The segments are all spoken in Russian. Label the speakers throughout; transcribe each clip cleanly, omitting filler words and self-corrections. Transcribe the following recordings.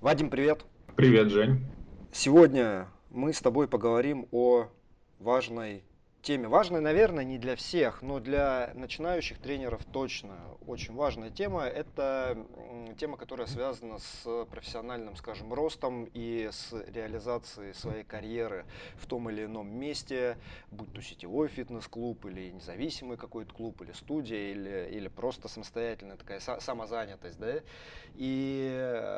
Speaker 1: Вадим, привет!
Speaker 2: Привет, Жень.
Speaker 1: Сегодня мы с тобой поговорим о важной теме. Важной, наверное, не для всех, но для начинающих тренеров точно очень важная тема. Это тема, которая связана с профессиональным, скажем, ростом и с реализацией своей карьеры в том или ином месте, будь то сетевой фитнес-клуб или независимый какой-то клуб, или студия, или просто самостоятельная такая самозанятость, да. И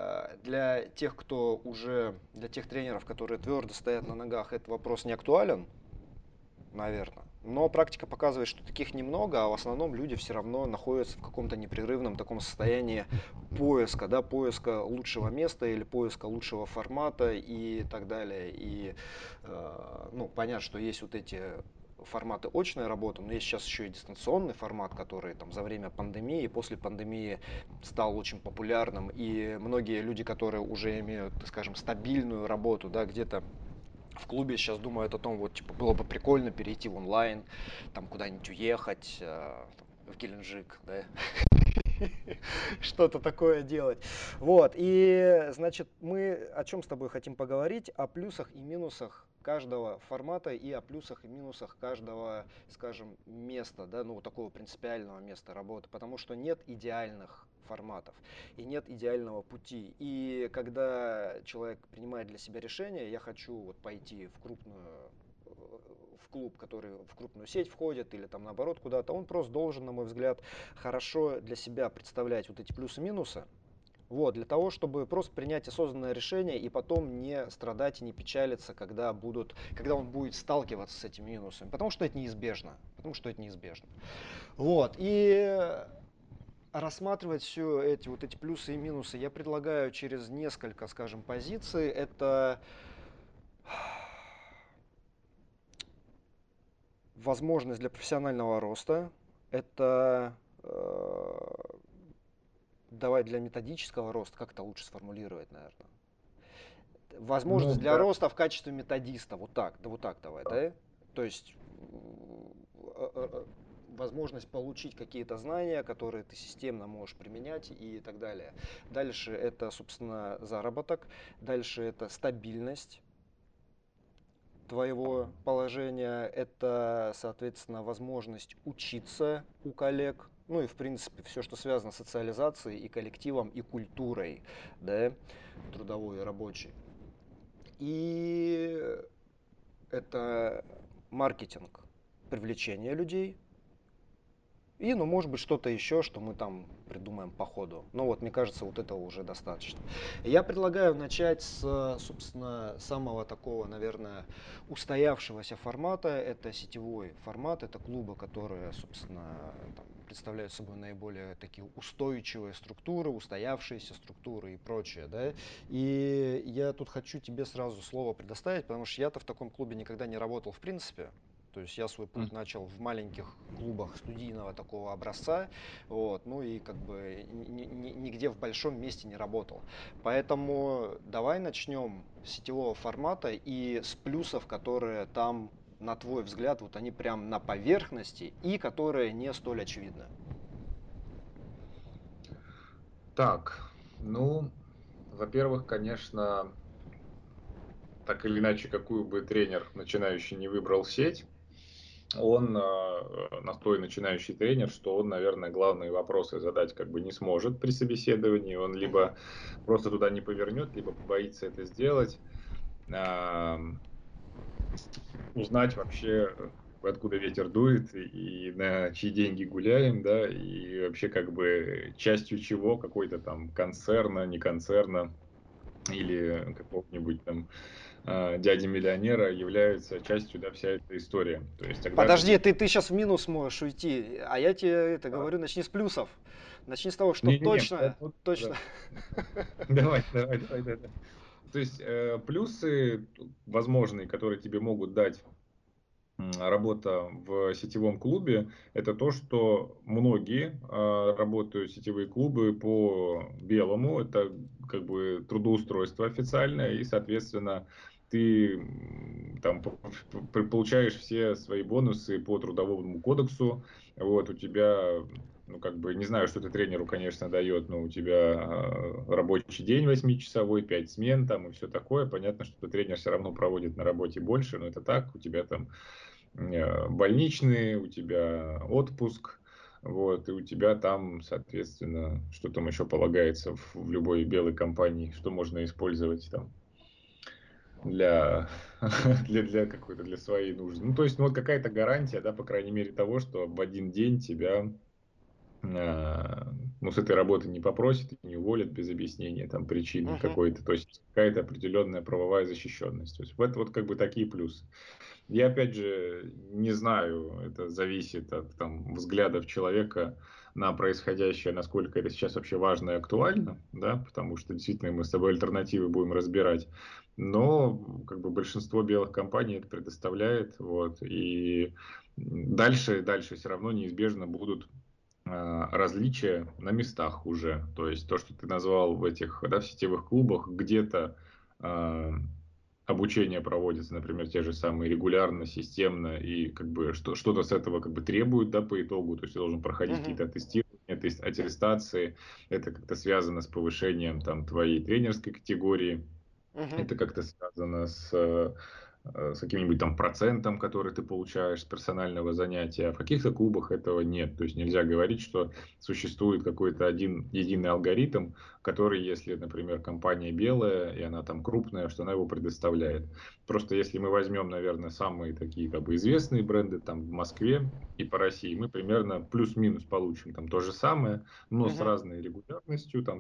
Speaker 1: для тех тренеров, которые твердо стоят на ногах, этот вопрос не актуален, наверное. Но практика показывает, что таких немного, а в основном люди все равно находятся в каком-то непрерывном таком состоянии поиска, да, поиска лучшего места или поиска лучшего формата и так далее. И, ну, понятно, что есть вот эти форматы очной работы, но есть сейчас еще и дистанционный формат, который там за время пандемии и после пандемии стал очень популярным. И многие люди, которые уже имеют, так скажем, стабильную работу, да, где-то в клубе сейчас думают о том, вот, типа, было бы прикольно перейти в онлайн, там куда-нибудь уехать, там, в Геленджик, да, что-то такое делать. Вот, и, значит, мы о чем с тобой хотим поговорить? О плюсах и минусах каждого формата и о плюсах и минусах каждого, скажем, места, да, ну, такого принципиального места работы, потому что нет идеальных форматов и нет идеального пути. И когда человек принимает для себя решение, я хочу вот пойти в клуб, который в крупную сеть входит, или там наоборот куда-то, он просто должен, на мой взгляд, хорошо для себя представлять вот эти плюсы-минусы, вот, для того, чтобы просто принять осознанное решение и потом не страдать и не печалиться, когда он будет сталкиваться с этими минусами. Потому что это неизбежно. Потому что это неизбежно. Вот. И рассматривать все эти плюсы и минусы я предлагаю через несколько, скажем, позиций. Это возможность для профессионального роста. Это давай для методического роста, как это лучше сформулировать, наверное.
Speaker 2: Ну,
Speaker 1: Возможность для
Speaker 2: да,
Speaker 1: роста в качестве методиста. Вот так, да, вот так давай, да? То есть возможность получить какие-то знания, которые ты системно можешь применять и так далее. Дальше это, собственно, заработок. Дальше это стабильность твоего положения. Это, соответственно, возможность учиться у коллег. Ну и, в принципе, все, что связано с социализацией и коллективом, и культурой, да, трудовой и рабочей. И это маркетинг, привлечение людей. И, ну, может быть, что-то еще, что мы там придумаем по ходу. Но вот, мне кажется, вот этого уже достаточно. Я предлагаю начать с, собственно, самого такого, наверное, устоявшегося формата. Это сетевой формат, это клубы, которые, собственно, там, представляют собой наиболее такие устойчивые структуры, устоявшиеся структуры и прочее, да. И я тут хочу тебе сразу слово предоставить, потому что я-то в таком клубе никогда не работал в принципе. То есть я свой путь начал в маленьких клубах студийного такого образца, вот, ну и как бы нигде в большом месте не работал. Поэтому давай начнем с сетевого формата и с плюсов, которые там, на твой взгляд, вот они прям на поверхности и которые не столь очевидны.
Speaker 2: так, ну, во-первых, конечно, так или иначе, какую бы тренер начинающий не выбрал сеть, он, настой начинающий тренер, что он, наверное, главные вопросы задать как бы не сможет при собеседовании, он
Speaker 1: Мгм.
Speaker 2: либо просто туда не повернет, либо побоится это сделать. Ам, Узнать вообще, откуда ветер дует и на чьи деньги гуляем, да, и вообще как бы частью чего, какой-то там концерна, не концерна или какого-нибудь там дяди-миллионера является частью, да, вся эта история. То есть тогда
Speaker 1: Подожди,
Speaker 2: ты...
Speaker 1: ты сейчас в минус можешь уйти, а я тебе это говорю, начни с плюсов. Начни с того, что
Speaker 2: Не-не-не,
Speaker 1: точно, точно.
Speaker 2: да. Давай. То есть плюсы возможные, которые тебе могут дать работа в сетевом клубе, это то, что многие работают сетевые клубы по белому, это как бы трудоустройство официальное, и, соответственно, ты там получаешь все свои бонусы по трудовому кодексу, вот, у тебя Ну, как бы, не знаю, что ты тренеру, конечно, дает, но у тебя рабочий день 8-часовой, 5 смен там и все такое. Понятно, что тренер все равно проводит на работе больше, но это так, у тебя там больничные, у тебя отпуск, вот, и у тебя там, соответственно, что там еще полагается в любой белой компании, что можно использовать там для, для какой-то, для своей нужды. Ну, то есть, ну, вот какая-то гарантия, да, по крайней мере, того, что в один день тебя ну, с этой работы не попросят и не уволят без объяснения там причины
Speaker 1: Мгм.
Speaker 2: какой-то, то есть какая-то определенная правовая защищенность. То есть вот как бы такие плюсы. Я опять же не знаю, это зависит от там, взглядов человека на происходящее, насколько это сейчас вообще важно и актуально, да, потому что действительно мы с тобой альтернативы будем разбирать. Но как бы большинство белых компаний это предоставляет, вот, и дальше все равно неизбежно будут различия на местах уже. То есть то, что ты назвал в этих, да, в сетевых клубах, где-то а, обучение проводится, например, те же самые регулярно, системно, и как бы что-то с этого как бы требует, да, по итогу, то есть ты должен проходить
Speaker 1: Мгм.
Speaker 2: какие-то тестирования, аттестации, это как-то связано с повышением там твоей тренерской категории,
Speaker 1: Мгм.
Speaker 2: это как-то связано с каким-нибудь там процентом, который ты получаешь с персонального занятия. А в каких-то клубах этого нет. То есть нельзя говорить, что существует какой-то один единый алгоритм, который, если, например, компания белая, и она там крупная, что она его предоставляет. Просто если мы возьмем, наверное, самые такие как бы известные бренды там в Москве и по России, мы примерно плюс-минус получим там то же самое, но с
Speaker 1: Мгм.
Speaker 2: разной регулярностью, там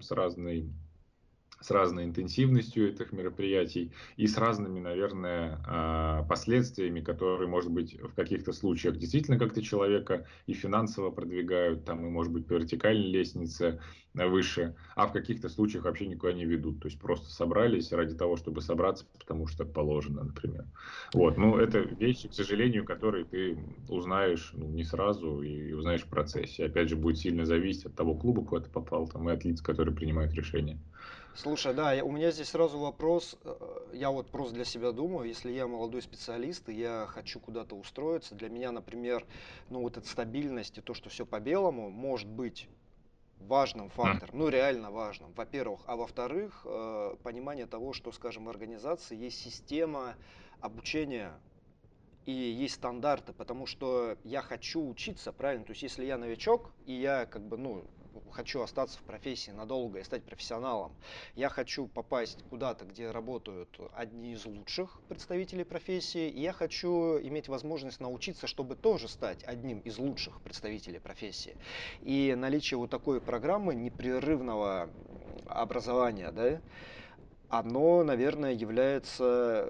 Speaker 2: с разной интенсивностью этих мероприятий и с разными, наверное, последствиями, которые, может быть, в каких-то случаях действительно как-то человека и финансово продвигают, там, и, может быть, по вертикальной лестнице выше, а в каких-то случаях вообще никуда не ведут. То есть просто собрались ради того, чтобы собраться, потому что так положено, например. Вот. Ну, это вещи, к сожалению, которые ты узнаешь ну, не сразу и узнаешь в процессе. Опять же, будет сильно зависеть от того клуба, куда ты попал, там, и от лиц, которые принимают решения.
Speaker 1: Слушай, да, у меня здесь сразу вопрос. Я вот просто для себя думаю, если я молодой специалист и я хочу куда-то устроиться, для меня, например, ну вот эта стабильность и то, что все по белому, может быть важным фактором, ну реально важным, во-первых, а во-вторых, понимание того, что, скажем, в организации есть система обучения и есть стандарты, потому что я хочу учиться, правильно? То есть, если я новичок, и я как бы, ну, хочу остаться в профессии надолго и стать профессионалом, я хочу попасть куда-то, где работают одни из лучших представителей профессии, и я хочу иметь возможность научиться, чтобы тоже стать одним из лучших представителей профессии. И наличие вот такой программы непрерывного образования, да, оно, наверное, является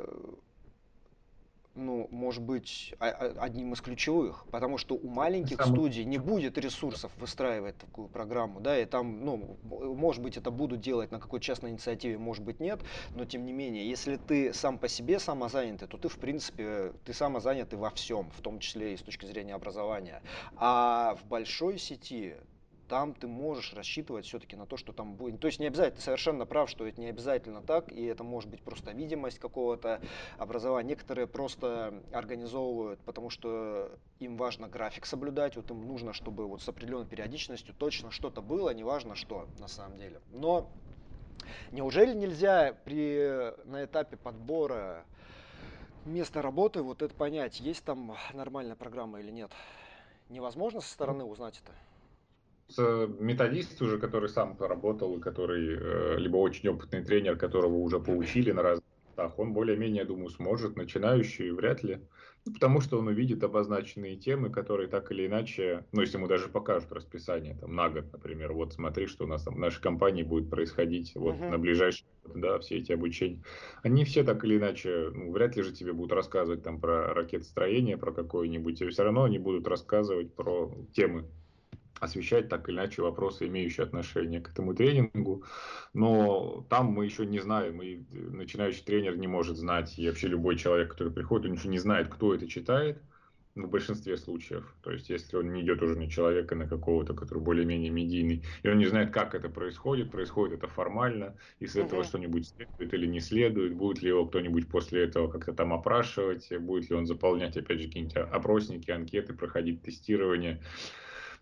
Speaker 1: ну, может быть, одним из ключевых, потому что у маленьких
Speaker 2: Самый
Speaker 1: студий не будет ресурсов выстраивать такую программу, да, и там, ну, может быть, это будут делать на какой-то частной инициативе, может быть, нет, но тем не менее, если ты сам по себе самозанятый, то ты, в принципе, ты самозанятый во всем, в том числе и с точки зрения образования. А в большой сети там ты можешь рассчитывать все-таки на то, что там будет. То есть не обязательно, ты совершенно прав, что это не обязательно так, и это может быть просто видимость какого-то образования. Некоторые просто организовывают, потому что им важно график соблюдать, вот им нужно, чтобы вот с определенной периодичностью точно что-то было, неважно что на самом деле. Но неужели нельзя на этапе подбора места работы вот это понять, есть там нормальная программа или нет? Невозможно со стороны узнать это?
Speaker 2: методист уже, который сам поработал, и который либо очень опытный тренер, которого уже поучили на разных местах, он более-менее, думаю, сможет. Начинающий вряд ли. Ну, потому что он увидит обозначенные темы, которые так или иначе, ну, если ему даже покажут расписание там, на год, например, вот смотри, что у нас там в нашей компании будет происходить вот на
Speaker 1: Угу,
Speaker 2: ближайший год, да, все эти обучения. Они все так или иначе, ну, вряд ли же тебе будут рассказывать там про ракетостроение, про какое-нибудь, и все равно они будут рассказывать про темы, освещать так или иначе вопросы, имеющие отношение к этому тренингу. Но там мы еще не знаем, и начинающий тренер не может знать, и вообще любой человек, который приходит, он еще не знает, кто это читает, ну, в большинстве случаев. То есть, если он не идет уже на человека, на какого-то, который более-менее медийный, и он не знает, как это происходит, происходит это формально, и с этого
Speaker 1: угу,
Speaker 2: что-нибудь следует или не следует, будет ли его кто-нибудь после этого как-то там опрашивать, будет ли он заполнять, опять же, какие-нибудь опросники, анкеты, проходить тестирование,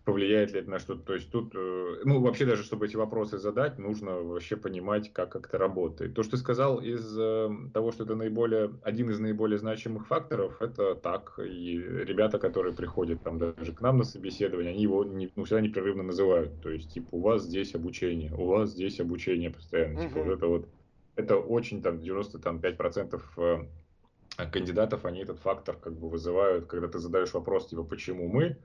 Speaker 2: повлияет ли это на что-то. То есть тут, ну, вообще даже, чтобы эти вопросы задать, нужно вообще понимать, как это работает. То, что ты сказал из того, что это один из наиболее значимых факторов, это так. И ребята, которые приходят там даже к нам на собеседование, они его ну, всегда непрерывно называют. То есть, типа, у вас здесь обучение постоянно. Типа, вот
Speaker 1: Мгм.
Speaker 2: это вот, это очень там 95% кандидатов, они этот фактор как бы вызывают, когда ты задаешь вопрос, типа, почему мы,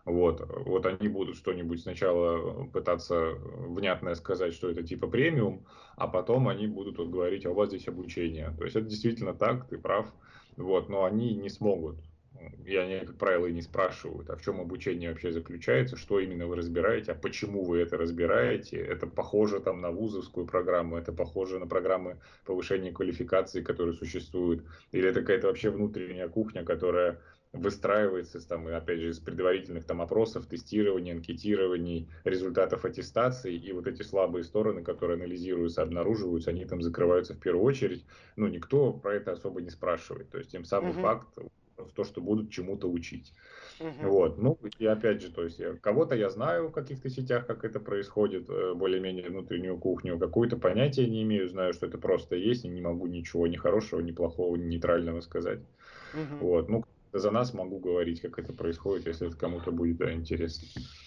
Speaker 2: вот они будут что-нибудь сначала пытаться внятное сказать, что это типа премиум, а потом они будут вот говорить, а у вас здесь обучение. То есть это действительно так, ты прав, но они не смогут. И они, как правило, и не спрашивают, а в чем обучение вообще заключается, что именно вы разбираете, а почему вы это разбираете. Это похоже там на вузовскую программу, это похоже на программы повышения квалификации, которые существуют. Или это какая-то вообще внутренняя кухня, которая выстраивается там, и опять же, из предварительных там опросов, тестирований, анкетирований, результатов аттестации, и вот эти слабые стороны, которые анализируются, обнаруживаются, они там закрываются в первую очередь. Ну, никто про это особо не спрашивает. То есть, тем самый
Speaker 1: Мгм.
Speaker 2: факт в то, что будут чему-то учить.
Speaker 1: Мгм.
Speaker 2: Ну, и опять же, то есть, кого-то я знаю в каких-то сетях, как это происходит, более-менее внутреннюю кухню, какое-то понятие не имею, знаю, что это просто есть, и не могу ничего ни хорошего, ни плохого, ни нейтрального сказать.
Speaker 1: Мгм.
Speaker 2: Ну, за нас могу говорить, как это происходит, если это кому-то будет, да, интересно.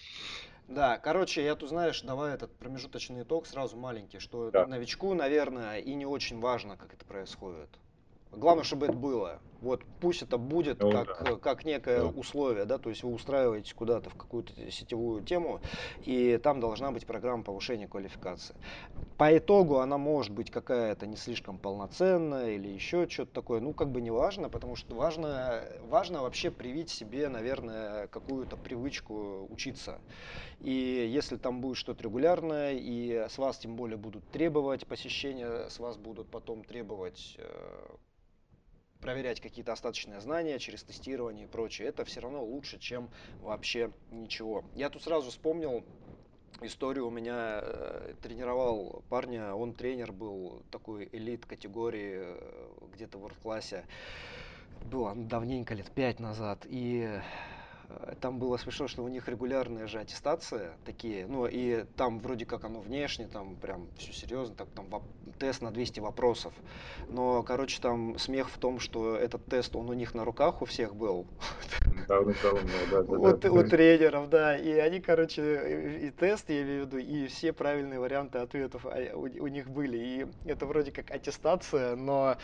Speaker 1: Да, короче, я тут, знаешь, давай этот промежуточный итог сразу маленький, что
Speaker 2: Да,
Speaker 1: новичку, наверное, и не очень важно, как это происходит. Главное, чтобы это было. Вот пусть это будет
Speaker 2: ну да,
Speaker 1: как некое
Speaker 2: да.
Speaker 1: условие, да, то есть вы устраиваетесь куда-то в какую-то сетевую тему, и там должна быть программа повышения квалификации. По итогу она может быть какая-то не слишком полноценная или еще что-то такое, ну как бы не важно, потому что важно вообще привить себе, наверное, какую-то привычку учиться. И если там будет что-то регулярное, и с вас тем более будут требовать посещения, с вас будут потом требовать проверять какие-то остаточные знания через тестирование и прочее, это все равно лучше, чем вообще ничего. Я тут сразу вспомнил историю. У меня тренировал парня, он тренер был такой элит категории, где-то в world-классе. Было давненько, лет 5 назад. И там было смешно, что у них регулярные же аттестации такие, ну и там вроде как оно внешне, там прям все серьезно, так, там тест на 200 вопросов. Но, короче, там смех в том, что этот тест, он у них на руках у всех был,
Speaker 2: Давным-давно, да, да,
Speaker 1: у,
Speaker 2: да.
Speaker 1: у тренеров, да, и они, короче, и тест, я имею в виду, и все правильные варианты ответов у них были, и это вроде как аттестация, но,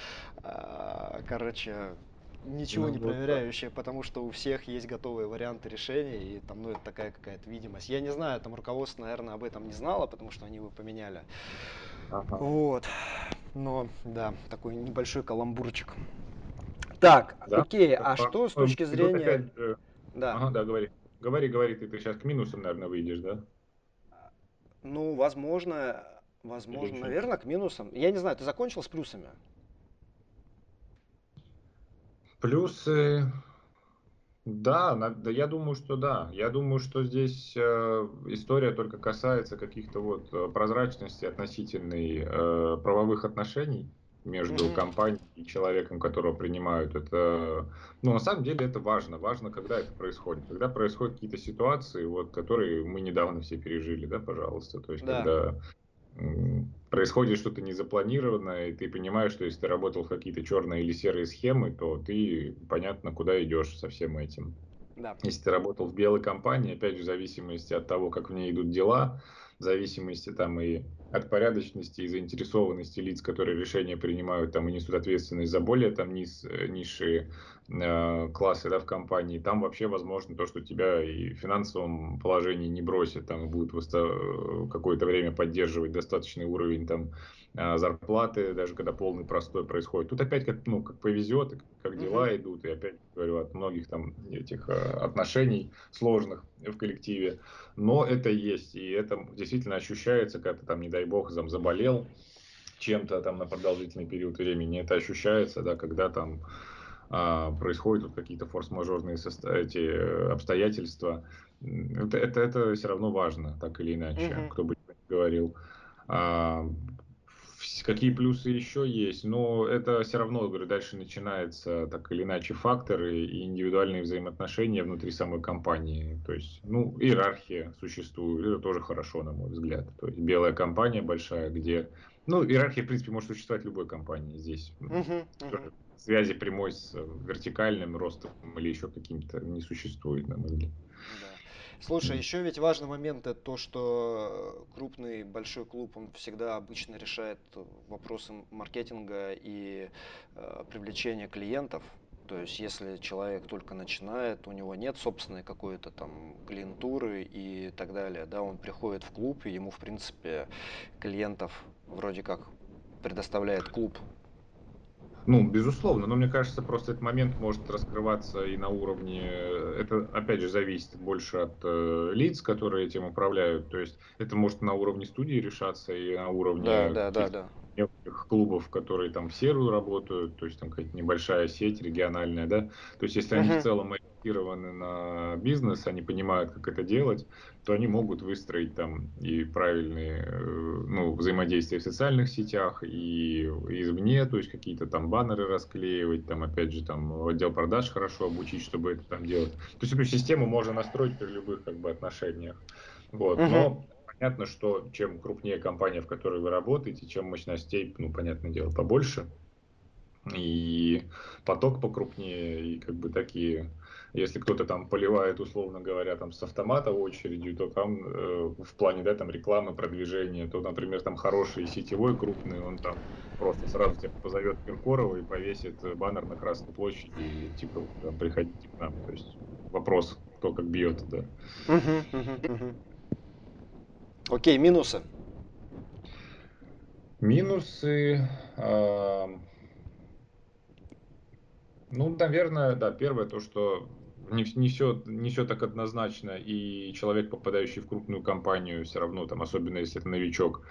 Speaker 1: короче, ничего
Speaker 2: Ну
Speaker 1: не
Speaker 2: вот, да.
Speaker 1: проверяющее, потому что у всех есть готовые варианты решений, и там, ну, это такая какая-то видимость. Я не знаю, там руководство, наверное, об этом не знало, потому что они его поменяли.
Speaker 2: Ага.
Speaker 1: Вот, но, да, такой небольшой каламбурчик. Так,
Speaker 2: Да,
Speaker 1: окей,
Speaker 2: это
Speaker 1: а
Speaker 2: факт.
Speaker 1: что с точки
Speaker 2: И тут
Speaker 1: зрения...
Speaker 2: опять,
Speaker 1: Да,
Speaker 2: ага, да, говори. Говори, ты сейчас к минусам, наверное, выйдешь, да?
Speaker 1: ну,
Speaker 2: Или
Speaker 1: возможно,
Speaker 2: еще нет?
Speaker 1: наверное, к минусам. Я не знаю, ты закончил с плюсами?
Speaker 2: Плюсы, да, да, я думаю, что да. Я думаю, что здесь история только касается каких-то прозрачности относительной правовых отношений между
Speaker 1: Мгм.
Speaker 2: компанией и человеком, которого принимают. Это, ну, на самом деле это важно. Важно, когда это происходит. Когда происходят какие-то ситуации, которые мы недавно все пережили, да, пожалуйста. То есть,
Speaker 1: Да.
Speaker 2: когда происходит что-то незапланированное, и ты понимаешь, что если ты работал в какие-то черные или серые схемы, то ты, понятно, куда идешь со всем этим.
Speaker 1: Да.
Speaker 2: Если ты работал в белой компании, опять же, в зависимости от того, как в ней идут дела, в зависимости там и от порядочности и заинтересованности лиц, которые решения принимают там и несут ответственность за более там низшие классы, да, в компании, там вообще возможно то, что тебя и в финансовом положении не бросят, там и будут какое-то время поддерживать достаточный уровень там зарплаты, даже когда полный простой происходит. Тут опять как повезет, и как
Speaker 1: Мгм.
Speaker 2: дела идут, и опять говорю, от многих там этих отношений сложных в коллективе. Но это есть, и это действительно ощущается, когда ты там, не дай бог, заболел чем-то там на продолжительный период времени. Это ощущается, да, когда там происходят какие-то форс-мажорные обстоятельства. Это все равно важно, так или иначе,
Speaker 1: Мгм.
Speaker 2: кто бы ни говорил. А, Какие плюсы еще есть? Но это все равно, говорю, дальше начинается так или иначе факторы и индивидуальные взаимоотношения внутри самой компании. То есть, ну, иерархия существует, это тоже хорошо, на мой взгляд. То есть белая компания большая, где... Ну, иерархия, в принципе, может существовать в любой компании. Здесь
Speaker 1: Мгм, мгм.
Speaker 2: связи прямой с вертикальным ростом или еще каким-то не существует, на мой взгляд.
Speaker 1: Да. Слушай, еще ведь важный момент это то, что крупный большой клуб, он всегда обычно решает вопросы маркетинга и привлечения клиентов. То есть, если человек только начинает, у него нет собственной какой-то там клиентуры и так далее, да, он приходит в клуб, и ему, в принципе, клиентов вроде как предоставляет клуб.
Speaker 2: Ну, безусловно, но мне кажется, просто этот момент может раскрываться и на уровне, это опять же зависит больше от лиц, которые этим управляют, то есть это может на уровне студии решаться и на
Speaker 1: Да,
Speaker 2: уровне
Speaker 1: да, да,
Speaker 2: каких-то
Speaker 1: да.
Speaker 2: мелких клубов, которые там в серую работают, то есть там какая-то небольшая сеть региональная, да, то есть если они в
Speaker 1: Мгм,
Speaker 2: целом ориентированы на бизнес, они понимают, как это делать, то они могут выстроить там и правильные ну, взаимодействия в социальных сетях, и извне, то есть какие-то там баннеры расклеивать, там опять же там отдел продаж хорошо обучить, чтобы это там делать. То есть эту систему можно настроить при любых как бы отношениях. Вот.
Speaker 1: мгм,
Speaker 2: Но понятно, что чем крупнее компания, в которой вы работаете, чем мощностей, ну, понятное дело, побольше и поток покрупнее, и как бы такие, если кто-то там поливает, условно говоря, там с автомата очередью, то там в плане, да, там рекламы, продвижения, то, например, там хороший сетевой крупный, он там просто сразу тебя позовет Киркорова и повесит баннер на Красной площади, и типа там, приходите к нам, то есть вопрос, кто как бьет, да.
Speaker 1: мгм, мгм, мгм. Окей, минусы.
Speaker 2: Минусы, ну, наверное, да, первое то, что не все так однозначно, и человек, попадающий в крупную компанию, все равно, там, особенно если это новичок,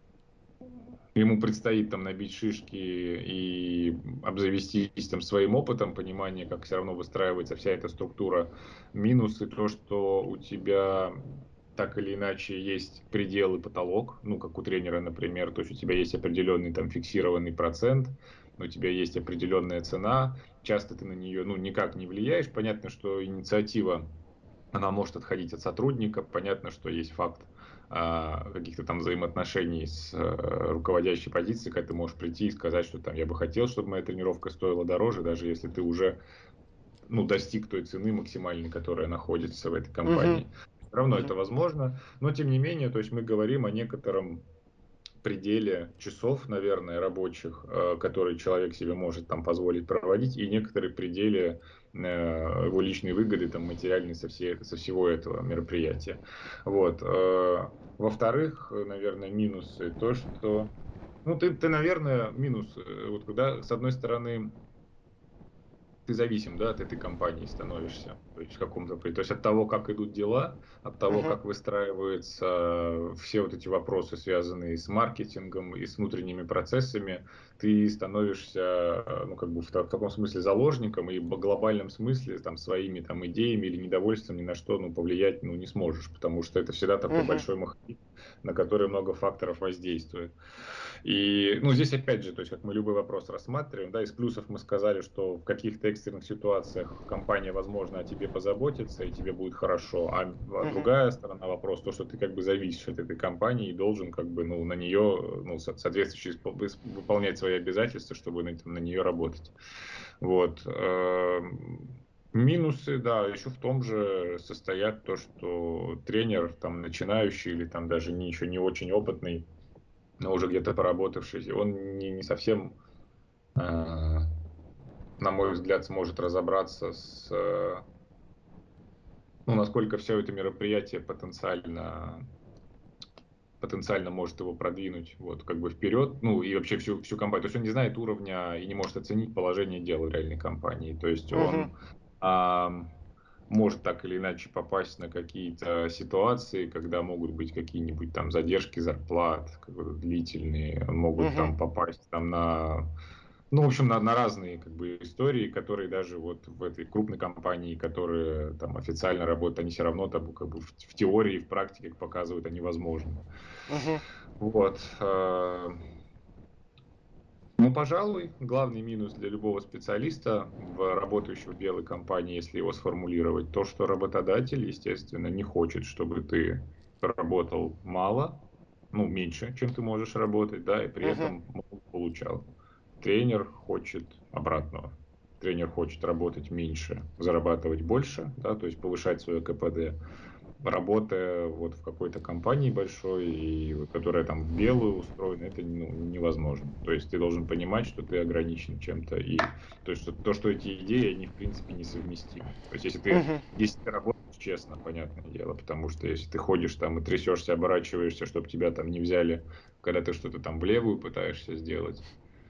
Speaker 2: ему предстоит там набить шишки и обзавестись там своим опытом, понимание, как все равно выстраивается вся эта структура. Минусы то, что у тебя так или иначе есть предел и потолок, ну, как у тренера, например, то есть у тебя есть определенный там фиксированный процент, у тебя есть определенная цена, часто ты на нее, ну, никак не влияешь. Понятно, что инициатива она может отходить от сотрудника. Понятно, что есть факт каких-то там взаимоотношений с руководящей позицией, когда ты можешь прийти и сказать, что там я бы хотел, чтобы моя тренировка стоила дороже, даже если ты уже ну, достиг той цены максимальной, которая находится в этой
Speaker 1: Мгм,
Speaker 2: компании. Все равно
Speaker 1: мгм,
Speaker 2: это возможно, но тем не менее, то есть мы говорим о некотором пределе часов, наверное, рабочих, которые человек себе может там позволить проводить, и некоторые пределе его личной выгоды там материальной со всего этого мероприятия. Вот. Во-вторых, наверное, минусы то, что ну, ты, наверное, минус, вот когда, с одной стороны, ты зависим, да, от этой компании становишься. То есть, в каком-то, то есть от того, как идут дела, от того,
Speaker 1: мгм,
Speaker 2: как выстраиваются все вот эти вопросы, связанные с маркетингом и с внутренними процессами, ты становишься, ну, как бы в таком смысле заложником и в глобальном смысле там своими там идеями или недовольством ни на что, ну, повлиять, ну, не сможешь, потому что это всегда такой
Speaker 1: мгм,
Speaker 2: большой маховик, на который много факторов воздействует. И, ну, здесь опять же, то есть, как мы любой вопрос рассматриваем, да, из плюсов мы сказали, что в каких-то экстренных ситуациях компания, возможно, о тебе позаботится, и тебе будет хорошо, а
Speaker 1: мгм,
Speaker 2: другая сторона вопроса, то, что ты как бы зависишь от этой компании и должен как бы, ну, на нее, ну, соответствующе выполнять свои обязательства, чтобы на нее работать. Вот. Минусы, да, еще в том же состоят то, что тренер, там, начинающий или там даже еще не очень опытный, но уже где-то поработавший, он не совсем, на мой взгляд, сможет разобраться с, ну, насколько все это мероприятие потенциально может его продвинуть вот как бы вперед, ну и вообще всю компанию. То есть он не знает уровня и не может оценить положение дел в реальной компании. То есть
Speaker 1: мгм,
Speaker 2: он а, может так или иначе попасть на какие-то ситуации, когда могут быть какие-нибудь там задержки зарплат как бы, длительные, могут
Speaker 1: мгм,
Speaker 2: там попасть там на ну, в общем, на разные как бы истории, которые даже вот в этой крупной компании, которые там официально работают, они все равно там как бы в теории, в практике показывают, они возможны.
Speaker 1: мгм.
Speaker 2: Вот. Ну, пожалуй, главный минус для любого специалиста, работающего в белой компании, если его сформулировать, то, что работодатель, естественно, не хочет, чтобы ты работал мало, ну, меньше, чем ты можешь работать, да, и при
Speaker 1: Мгм.
Speaker 2: этом много получал. Тренер хочет обратного. Тренер хочет работать меньше, зарабатывать больше, да, то есть повышать свое КПД, работая вот в какой-то компании большой, и вот, которая там в белую устроена, это ну, невозможно. То есть ты должен понимать, что ты ограничен чем-то, и то есть что, то, что эти идеи, они в принципе несовместимы. То есть
Speaker 1: Мгм.
Speaker 2: если ты работаешь честно, понятное дело, потому что если ты ходишь там и трясешься, оборачиваешься, чтобы тебя там не взяли, когда ты что-то там в левую пытаешься сделать,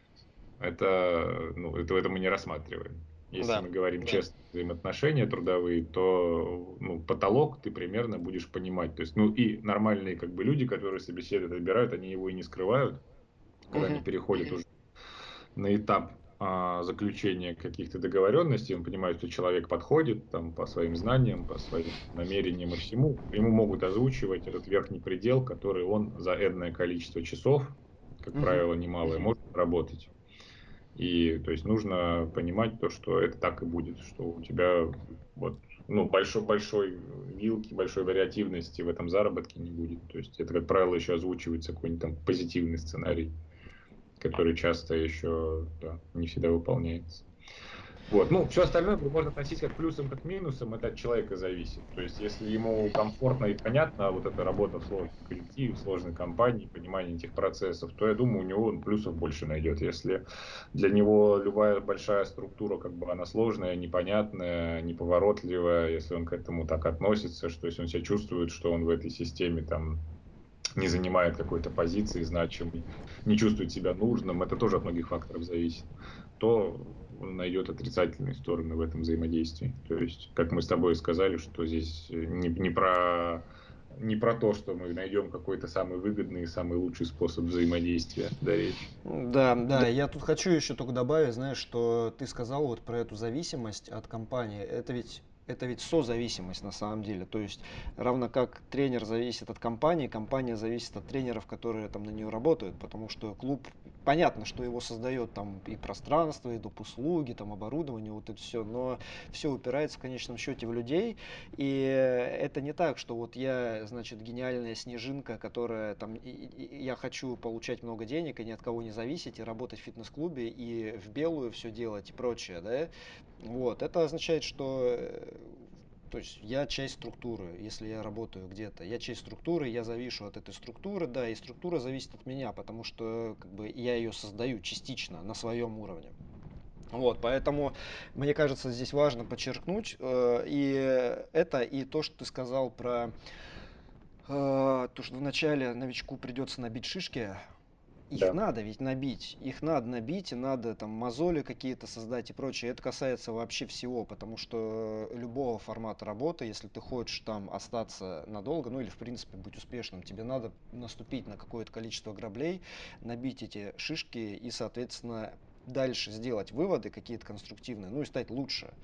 Speaker 2: это, ну, это мы не рассматриваем. Если
Speaker 1: Да.
Speaker 2: мы говорим честно взаимоотношения трудовые, то ну, потолок ты примерно будешь понимать. То есть, ну и нормальные как бы люди, которые собеседуют, отбирают, они его и не скрывают, когда они
Speaker 1: Мгм.
Speaker 2: переходят уже на этап заключения каких-то договоренностей, он понимает, что человек подходит там, по своим знаниям, по своим намерениям и всему, ему могут озвучивать этот верхний предел, который он за энное количество часов, как
Speaker 1: Мгм.
Speaker 2: правило, немалое, может работать. И то есть нужно понимать то, что это так и будет, что у тебя вот, ну, большой вилки, большой вариативности в этом заработке не будет. То есть это, как правило, еще озвучивается какой-нибудь там позитивный сценарий, который часто еще да, не всегда выполняется. Вот. Ну, все остальное можно относить как к плюсам, как к минусам, это от человека зависит. То есть, если ему комфортно и понятно вот эта работа в сложном коллективе, в сложной компании, понимание этих процессов, то я думаю, у него он плюсов больше найдет. Если для него любая большая структура, как бы она сложная, непонятная, неповоротливая, если он к этому так относится, что если он себя чувствует, что он в этой системе там не занимает какой-то позиции значимой, не чувствует себя нужным, это тоже от многих факторов зависит, то он найдет отрицательные стороны в этом взаимодействии. То есть, как мы с тобой сказали, что здесь не про то, что мы найдем какой-то самый выгодный и самый лучший способ взаимодействия, да, речь.
Speaker 1: Да, да, я тут хочу еще только добавить, знаешь, что ты сказал вот про эту зависимость от компании. Это ведь созависимость на самом деле. То есть равно как тренер зависит от компании, компания зависит от тренеров, которые там на нее работают, потому что клуб, понятно, что его создает там и пространство, и доп. Услуги, там оборудование, вот это все, но все упирается в конечном счете в людей, и это не так, что вот я, значит, гениальная снежинка, которая там, я хочу получать много денег и ни от кого не зависеть, и работать в фитнес-клубе, и в белую все делать и прочее, да. Вот, это означает, что то есть я часть структуры, если я работаю где-то, я часть структуры, я завишу от этой структуры, да, и структура зависит от меня, потому что как бы я ее создаю частично на своем уровне. Вот, поэтому мне кажется, здесь важно подчеркнуть и это, и то, что ты сказал про то, что вначале новичку придется набить шишки. Их
Speaker 2: Да.
Speaker 1: надо ведь набить, их надо набить, и надо там мозоли какие-то создать и прочее. Это касается вообще всего, потому что любого формата работы, если ты хочешь там остаться надолго, ну или в принципе быть успешным, тебе надо наступить на какое-то количество граблей, набить эти шишки и, соответственно, дальше сделать выводы какие-то конструктивные, ну и стать лучше.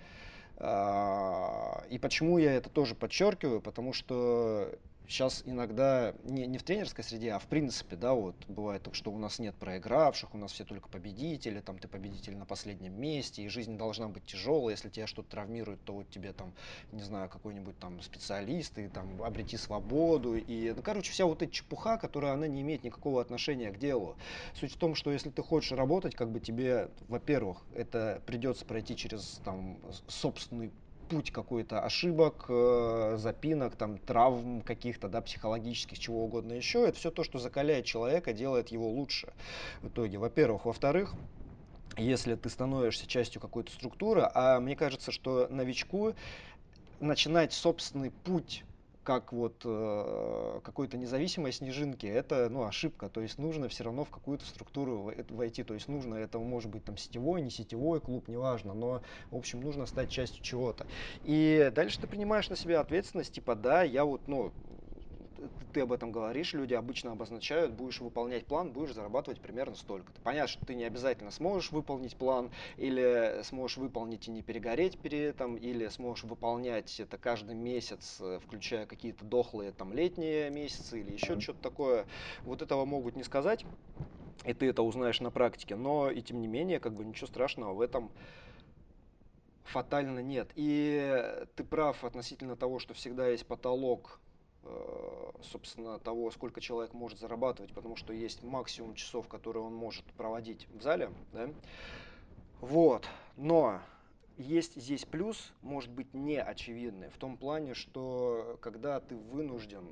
Speaker 1: И почему я это тоже подчеркиваю? Потому что сейчас иногда не в тренерской среде, а в принципе, да, вот бывает так, что у нас нет проигравших, у нас все только победители, там ты победитель на последнем месте, и жизнь должна быть тяжелой, если тебя что-то травмирует, то вот тебе там, не знаю, какой-нибудь там специалист, и там обрети свободу, и, ну, короче, вся вот эта чепуха, которая, она не имеет никакого отношения к делу. Суть в том, что если ты хочешь работать, как бы тебе, во-первых, это придется пройти через там собственный путь какой-то ошибок, запинок, там, травм каких-то, да, психологических, чего угодно еще. Это все то, что закаляет человека, делает его лучше в итоге, во-первых. Во-вторых, если ты становишься частью какой-то структуры, а мне кажется, что новичку начинать собственный путь как вот какой-то независимой снежинки, это, ну, ошибка. То есть нужно все равно в какую-то структуру войти. То есть нужно, это может быть там сетевой, не сетевой клуб, неважно, но, в общем, нужно стать частью чего-то. И дальше ты принимаешь на себя ответственность, типа, да, я вот, ну, ты об этом говоришь, люди обычно обозначают, будешь выполнять план, будешь зарабатывать примерно столько-то. Понятно, что ты не обязательно сможешь выполнить план, или сможешь выполнить и не перегореть при этом, или сможешь выполнять это каждый месяц, включая какие-то дохлые там летние месяцы или еще что-то такое. Вот этого могут не сказать. и ты это узнаешь на практике. Но и тем не менее, как бы ничего страшного в этом фатально нет. И ты прав относительно того, что всегда есть потолок, собственно, того, сколько человек может зарабатывать, потому что есть максимум часов, которые он может проводить в зале, да? Вот. Но есть здесь плюс, может быть, не очевидный, в том плане, что когда ты вынужден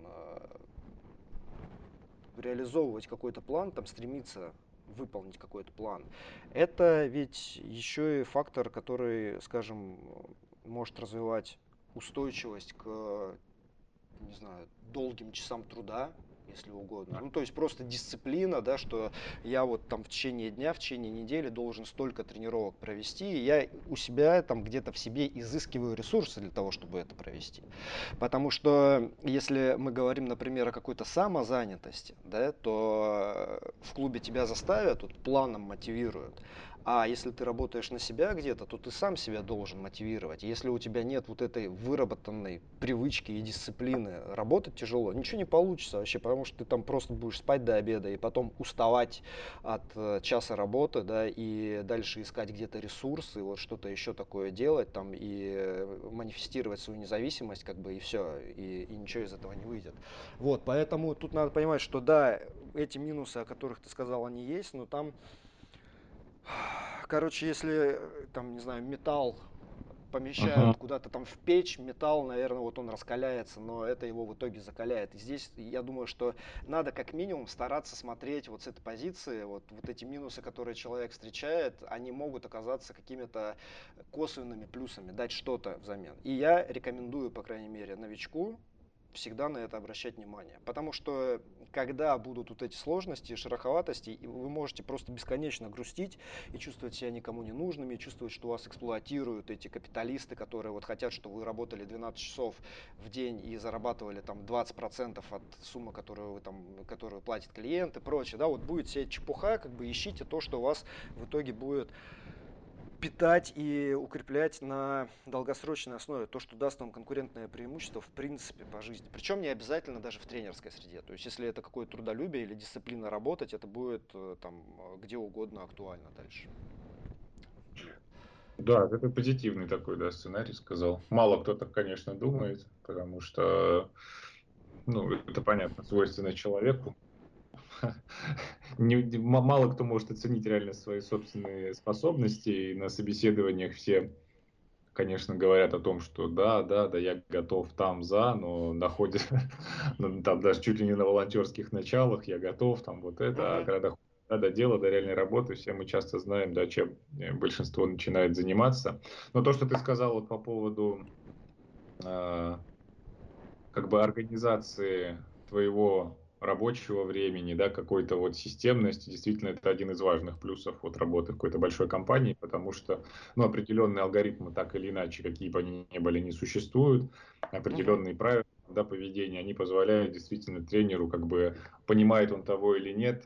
Speaker 1: реализовывать какой-то план, там стремиться выполнить какой-то план, это ведь еще и фактор, который, скажем, может развивать устойчивость к, не знаю, долгим часам труда, если угодно. Ну, то есть просто дисциплина, да, что я вот там в течение дня, в течение недели должен столько тренировок провести, и я у себя там где-то в себе изыскиваю ресурсы для того, чтобы это провести. Потому что если мы говорим, например, о какой-то самозанятости, да, то в клубе тебя заставят, вот, планом мотивируют. А если ты работаешь на себя где-то, то ты сам себя должен мотивировать. Если у тебя нет вот этой выработанной привычки и дисциплины работать тяжело, ничего не получится вообще, потому что ты там просто будешь спать до обеда и потом уставать от часа работы, да, и дальше искать где-то ресурсы, вот что-то еще такое делать там и манифестировать свою независимость, как бы, и все, и ничего из этого не выйдет. Вот, поэтому тут надо понимать, что да, эти минусы, о которых ты сказал, они есть, но там, короче, если там, не знаю, металл помещают
Speaker 2: Мгм.
Speaker 1: куда-то там в печь, металл, наверное, вот он раскаляется, но это его в итоге закаляет. И здесь я думаю, что надо как минимум стараться смотреть вот с этой позиции, вот эти минусы, которые человек встречает, они могут оказаться какими-то косвенными плюсами, дать что-то взамен. И я рекомендую, по крайней мере, новичку всегда на это обращать внимание. Потому что когда будут вот эти сложности, шероховатости, вы можете просто бесконечно грустить и чувствовать себя никому не нужными, и чувствовать, что вас эксплуатируют эти капиталисты, которые вот хотят, чтобы вы работали 12 часов в день и зарабатывали там 20% от суммы, которую вы там, которую платит клиент и прочее. Да, вот будет вся эта чепуха, как бы ищите то, что у вас в итоге будет питать и укреплять на долгосрочной основе, то, что даст вам конкурентное преимущество в принципе по жизни. Причем не обязательно даже в тренерской среде. То есть если это какое-то трудолюбие или дисциплина работать, это будет там где угодно актуально дальше. Вот.
Speaker 2: Да, это позитивный такой, да, сценарий сказал. Мало кто так, конечно, думает, потому что, ну, это понятно, свойственно человеку. Мало кто может оценить реально свои собственные способности, и на собеседованиях все, конечно, говорят о том, что да, да, да, я готов там за, но находят, ну, там даже чуть ли не на волонтерских началах, я готов, там вот это, а
Speaker 1: Мгм.
Speaker 2: когда доходит до дела, до реальной работы, все мы часто знаем, да, чем большинство начинает заниматься. Но то, что ты сказал вот по поводу э, как бы организации твоего рабочего времени, да, какой-то вот системности, действительно, это один из важных плюсов вот работы в какой-то большой компании, потому что, ну, определенные алгоритмы, так или иначе, какие бы они ни были, не существуют,
Speaker 1: Мгм.
Speaker 2: определенные правила, да, поведения, они позволяют действительно тренеру, как бы, понимает он того или нет,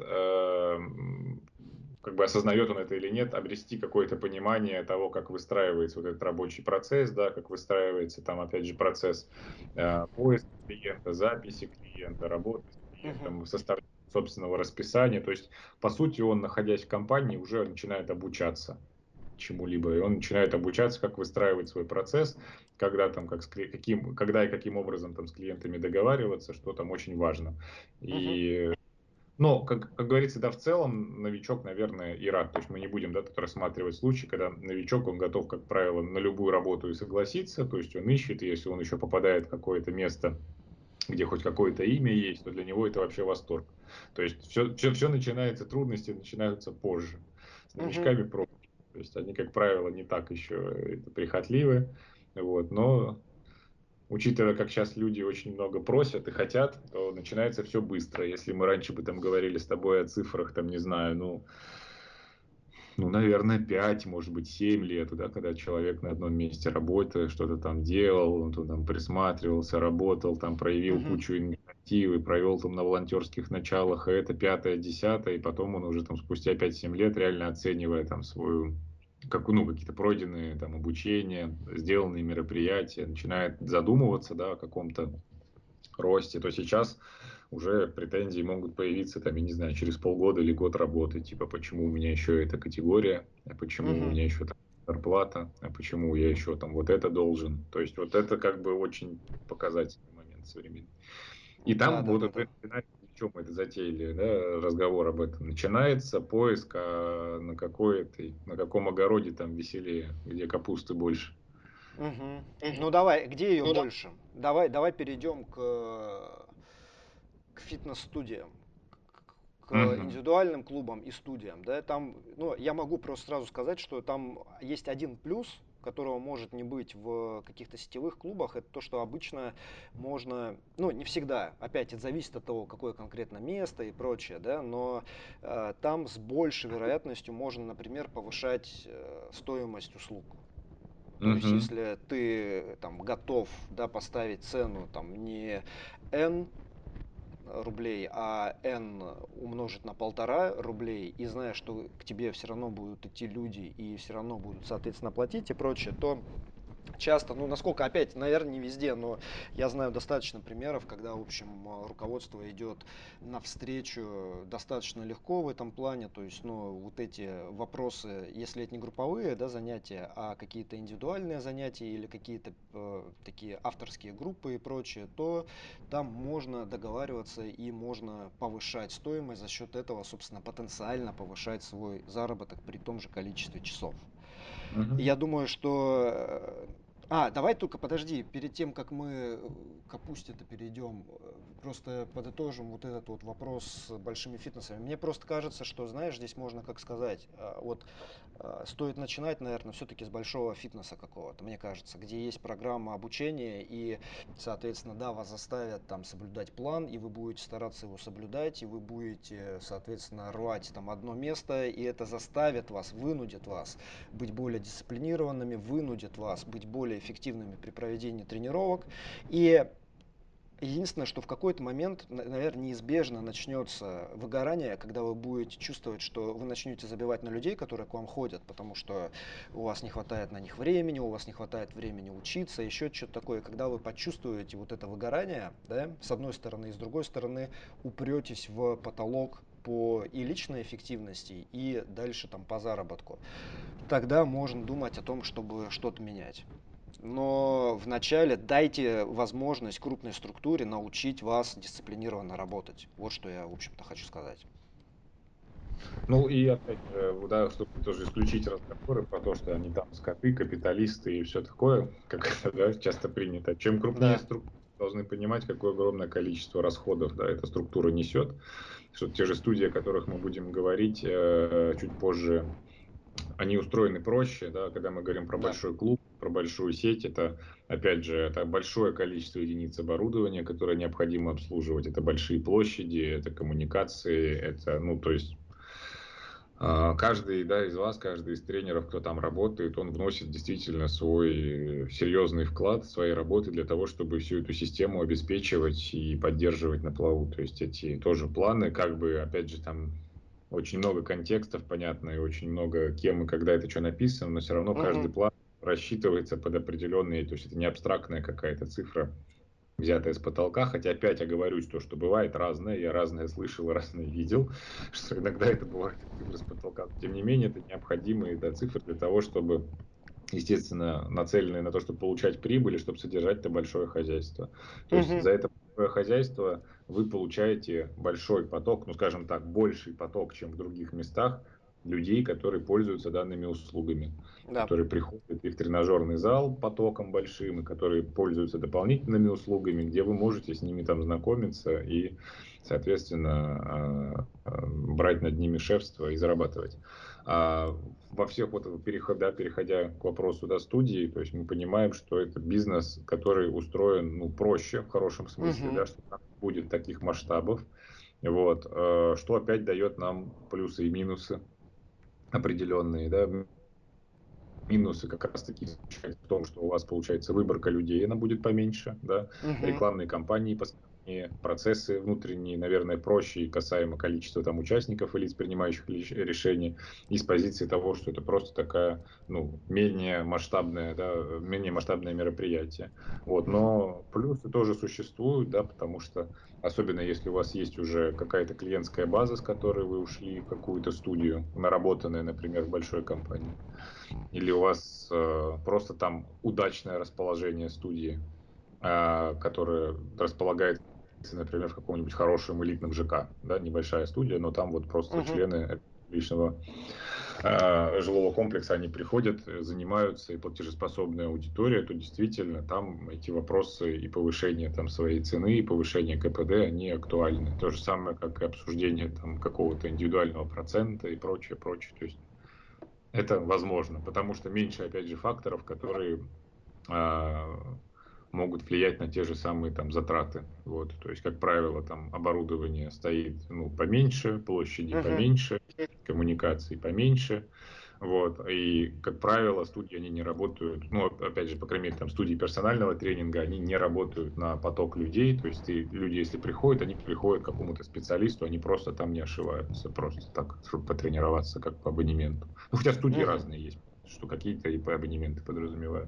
Speaker 2: как бы осознает он это или нет, обрести какое-то понимание того, как выстраивается вот этот рабочий процесс, да, как выстраивается там, опять же, процесс поиска клиента, записи клиента, работы с
Speaker 1: Мгм.
Speaker 2: клиентом, составления собственного расписания. То есть, по сути, он, находясь в компании, уже начинает обучаться чему-либо. И он начинает обучаться, как выстраивать свой процесс, когда, там, когда и каким образом там, с клиентами договариваться, что там очень важно.
Speaker 1: Мгм.
Speaker 2: И но, как говорится, да, в целом новичок, наверное, и рад. То есть мы не будем, да, тут рассматривать случаи, когда новичок, он готов, как правило, на любую работу и согласиться. То есть он ищет, и если он еще попадает в какое-то место, где хоть какое-то имя есть, то для него это вообще восторг. То есть все начинается, трудности начинаются позже. С
Speaker 1: Мгм.
Speaker 2: новичками проще. То есть они, как правило, не так еще прихотливы. Вот, но учитывая, как сейчас люди очень много просят и хотят, то начинается все быстро. Если мы раньше бы там говорили с тобой о цифрах, там, не знаю, ну, наверное, 5, может быть, 7 лет, да, когда человек на одном месте работает, что-то там делал, он там присматривался, работал, там проявил
Speaker 1: Мгм.
Speaker 2: кучу инициативы, провел там на волонтерских началах, и это пятое, десятое, и потом он уже там спустя 5-7 лет реально оценивая там свою ну, какие-то пройденные там обучения, сделанные мероприятия, начинает задумываться, да, о каком-то росте, то сейчас уже претензии могут появиться, там, я не знаю, через полгода или год работы, типа, почему у меня еще эта категория, а почему у
Speaker 1: Мгм.
Speaker 2: меня еще там зарплата, а почему я еще там вот это должен. То есть вот это как бы очень показательный момент современный. И
Speaker 1: Да,
Speaker 2: там
Speaker 1: да,
Speaker 2: вот,
Speaker 1: да,
Speaker 2: в
Speaker 1: да.
Speaker 2: принципе, в чем мы это затеяли, да, разговор об этом. Начинается поиск, на каком огороде там веселее, где капусты больше.
Speaker 1: Мгм.
Speaker 2: Мгм.
Speaker 1: Ну давай, где ее
Speaker 2: Ну да.
Speaker 1: больше? Давай перейдем к фитнес-студиям, к
Speaker 2: Мгм.
Speaker 1: индивидуальным клубам и студиям, да, там, ну, я могу просто сразу сказать, что там есть один плюс, которого может не быть в каких-то сетевых клубах, это то, что обычно можно, ну, не всегда, опять это зависит от того, какое конкретно место и прочее, да, но там с большей вероятностью можно, например, повышать стоимость услуг. То есть,
Speaker 2: Мгм.
Speaker 1: если ты там готов, да, поставить цену там не N рублей, а n умножить на 1,5 рублей, и зная, что к тебе все равно будут идти люди и все равно будут, соответственно, платить и прочее, то часто, ну, насколько, опять, наверное, не везде, но я знаю достаточно примеров, когда, в общем, руководство идет навстречу достаточно легко в этом плане, то есть, ну, вот эти вопросы, если это не групповые, да, занятия, а какие-то индивидуальные занятия или какие-то такие авторские группы и прочее, то там можно договариваться и можно повышать стоимость, за счет этого, собственно, потенциально повышать свой заработок при том же количестве часов.
Speaker 2: Мгм.
Speaker 1: Я думаю, что... давай только подожди, перед тем, как мы к капусте-то перейдем, просто подытожим вот этот вот вопрос с большими фитнесами. Мне просто кажется, что, знаешь, здесь можно, как сказать, вот стоит начинать, наверное, все-таки с большого фитнеса какого-то, мне кажется, где есть программа обучения и, соответственно, да, вас заставят там соблюдать план, и вы будете стараться его соблюдать, и вы будете, соответственно, рвать там одно место, и это заставит вас, вынудит вас быть более дисциплинированными, вынудит вас быть более эффективными при проведении тренировок. И единственное, что в какой-то момент, наверное, неизбежно начнется выгорание, когда вы будете чувствовать, что вы начнете забивать на людей, которые к вам ходят, потому что у вас не хватает на них времени, у вас не хватает времени учиться, еще что-то такое. Когда вы почувствуете вот это выгорание, да, с одной стороны, и с другой стороны, упретесь в потолок по и личной эффективности, и дальше там по заработку, тогда можно думать о том, чтобы что-то менять. Но вначале дайте возможность крупной структуре научить вас дисциплинированно работать. Вот что я, в общем-то, хочу сказать.
Speaker 2: Ну и опять же, да, чтобы тоже исключить разговоры про то, что они там скоты, капиталисты и все такое, как это, да, часто принято. Чем крупнее
Speaker 1: Да.
Speaker 2: структура, должны понимать, какое огромное количество расходов, да, эта структура несет. Что те же студии, о которых мы будем говорить чуть позже, они устроены проще, да, когда мы говорим про
Speaker 1: Да.
Speaker 2: большой клуб, про большую сеть, это, опять же, это большое количество единиц оборудования, которое необходимо обслуживать, это большие площади, это коммуникации, это, ну, то есть каждый, да, из вас, каждый из тренеров, кто там работает, он вносит действительно свой серьезный вклад своей работы для того, чтобы всю эту систему обеспечивать и поддерживать на плаву. То есть эти тоже планы, как бы, опять же, там очень много контекстов, понятно, и очень много кем и когда это что написано, но все равно
Speaker 1: Мгм.
Speaker 2: каждый план рассчитывается под определенные, то есть это не абстрактная какая-то цифра, взятое с потолка, хотя опять оговорюсь то, что бывает разное, я разное слышал, разное видел, что иногда это бывает цифры с потолка. Тем не менее, это необходимые, да, цифры для того, чтобы, естественно, нацеленные на то, чтобы получать прибыль и чтобы содержать это большое хозяйство. То есть
Speaker 1: Мгм.
Speaker 2: за это большое хозяйство вы получаете большой поток, ну, скажем так, больший поток, чем в других местах, людей, которые пользуются данными услугами,
Speaker 1: Да.
Speaker 2: которые приходят и в тренажерный зал потоком большим, и которые пользуются дополнительными услугами, где вы можете с ними там знакомиться и, соответственно, брать над ними шефство и зарабатывать. Во всех вот переходя к вопросу, да, студии, то есть мы понимаем, что это бизнес, который устроен, ну, проще в хорошем смысле,
Speaker 1: Мгм.
Speaker 2: да, что там не будет таких масштабов, вот, что опять дает нам плюсы и минусы определенные, да. Минусы как раз-таки заключаются в том, что у вас получается выборка людей, она будет поменьше, да,
Speaker 1: Мгм.
Speaker 2: рекламные кампании внутренние процессы, внутренние, наверное, проще и касаемо количества там участников и лиц, принимающих решения, и с позиции того, что это просто такая, ну, менее масштабное мероприятие. Вот,
Speaker 1: Мгм.
Speaker 2: но плюсы тоже существуют, да, потому что особенно если у вас есть уже какая-то клиентская база, с которой вы ушли в какую-то студию, наработанная, например, в большой компании, или у вас просто там удачное расположение студии, которое располагается, например, в каком-нибудь хорошем элитном ЖК, да, небольшая студия, но там вот просто
Speaker 1: Мгм.
Speaker 2: члены личного жилого комплекса, они приходят, занимаются, и платежеспособная аудитория, то действительно там эти вопросы и повышение там своей цены, и повышение КПД, они актуальны. То же самое, как и обсуждение там какого-то индивидуального процента и прочее, прочее. То есть это возможно, потому что меньше, опять же, факторов, которые а, могут влиять на те же самые там затраты. Вот, то есть, как правило, там оборудование стоит, ну, поменьше, площади
Speaker 1: Мгм.
Speaker 2: поменьше, коммуникаций поменьше. Вот, и, как правило, студии, они не работают, ну, опять же, по крайней мере, там, студии персонального тренинга, они не работают на поток людей, то есть, люди, если приходят, они приходят к какому-то специалисту, они просто там не ошиваются, просто так, чтобы потренироваться, как по абонементу. Ну, хотя студии
Speaker 1: Мгм.
Speaker 2: разные есть, что какие-то и по абонементы подразумевают.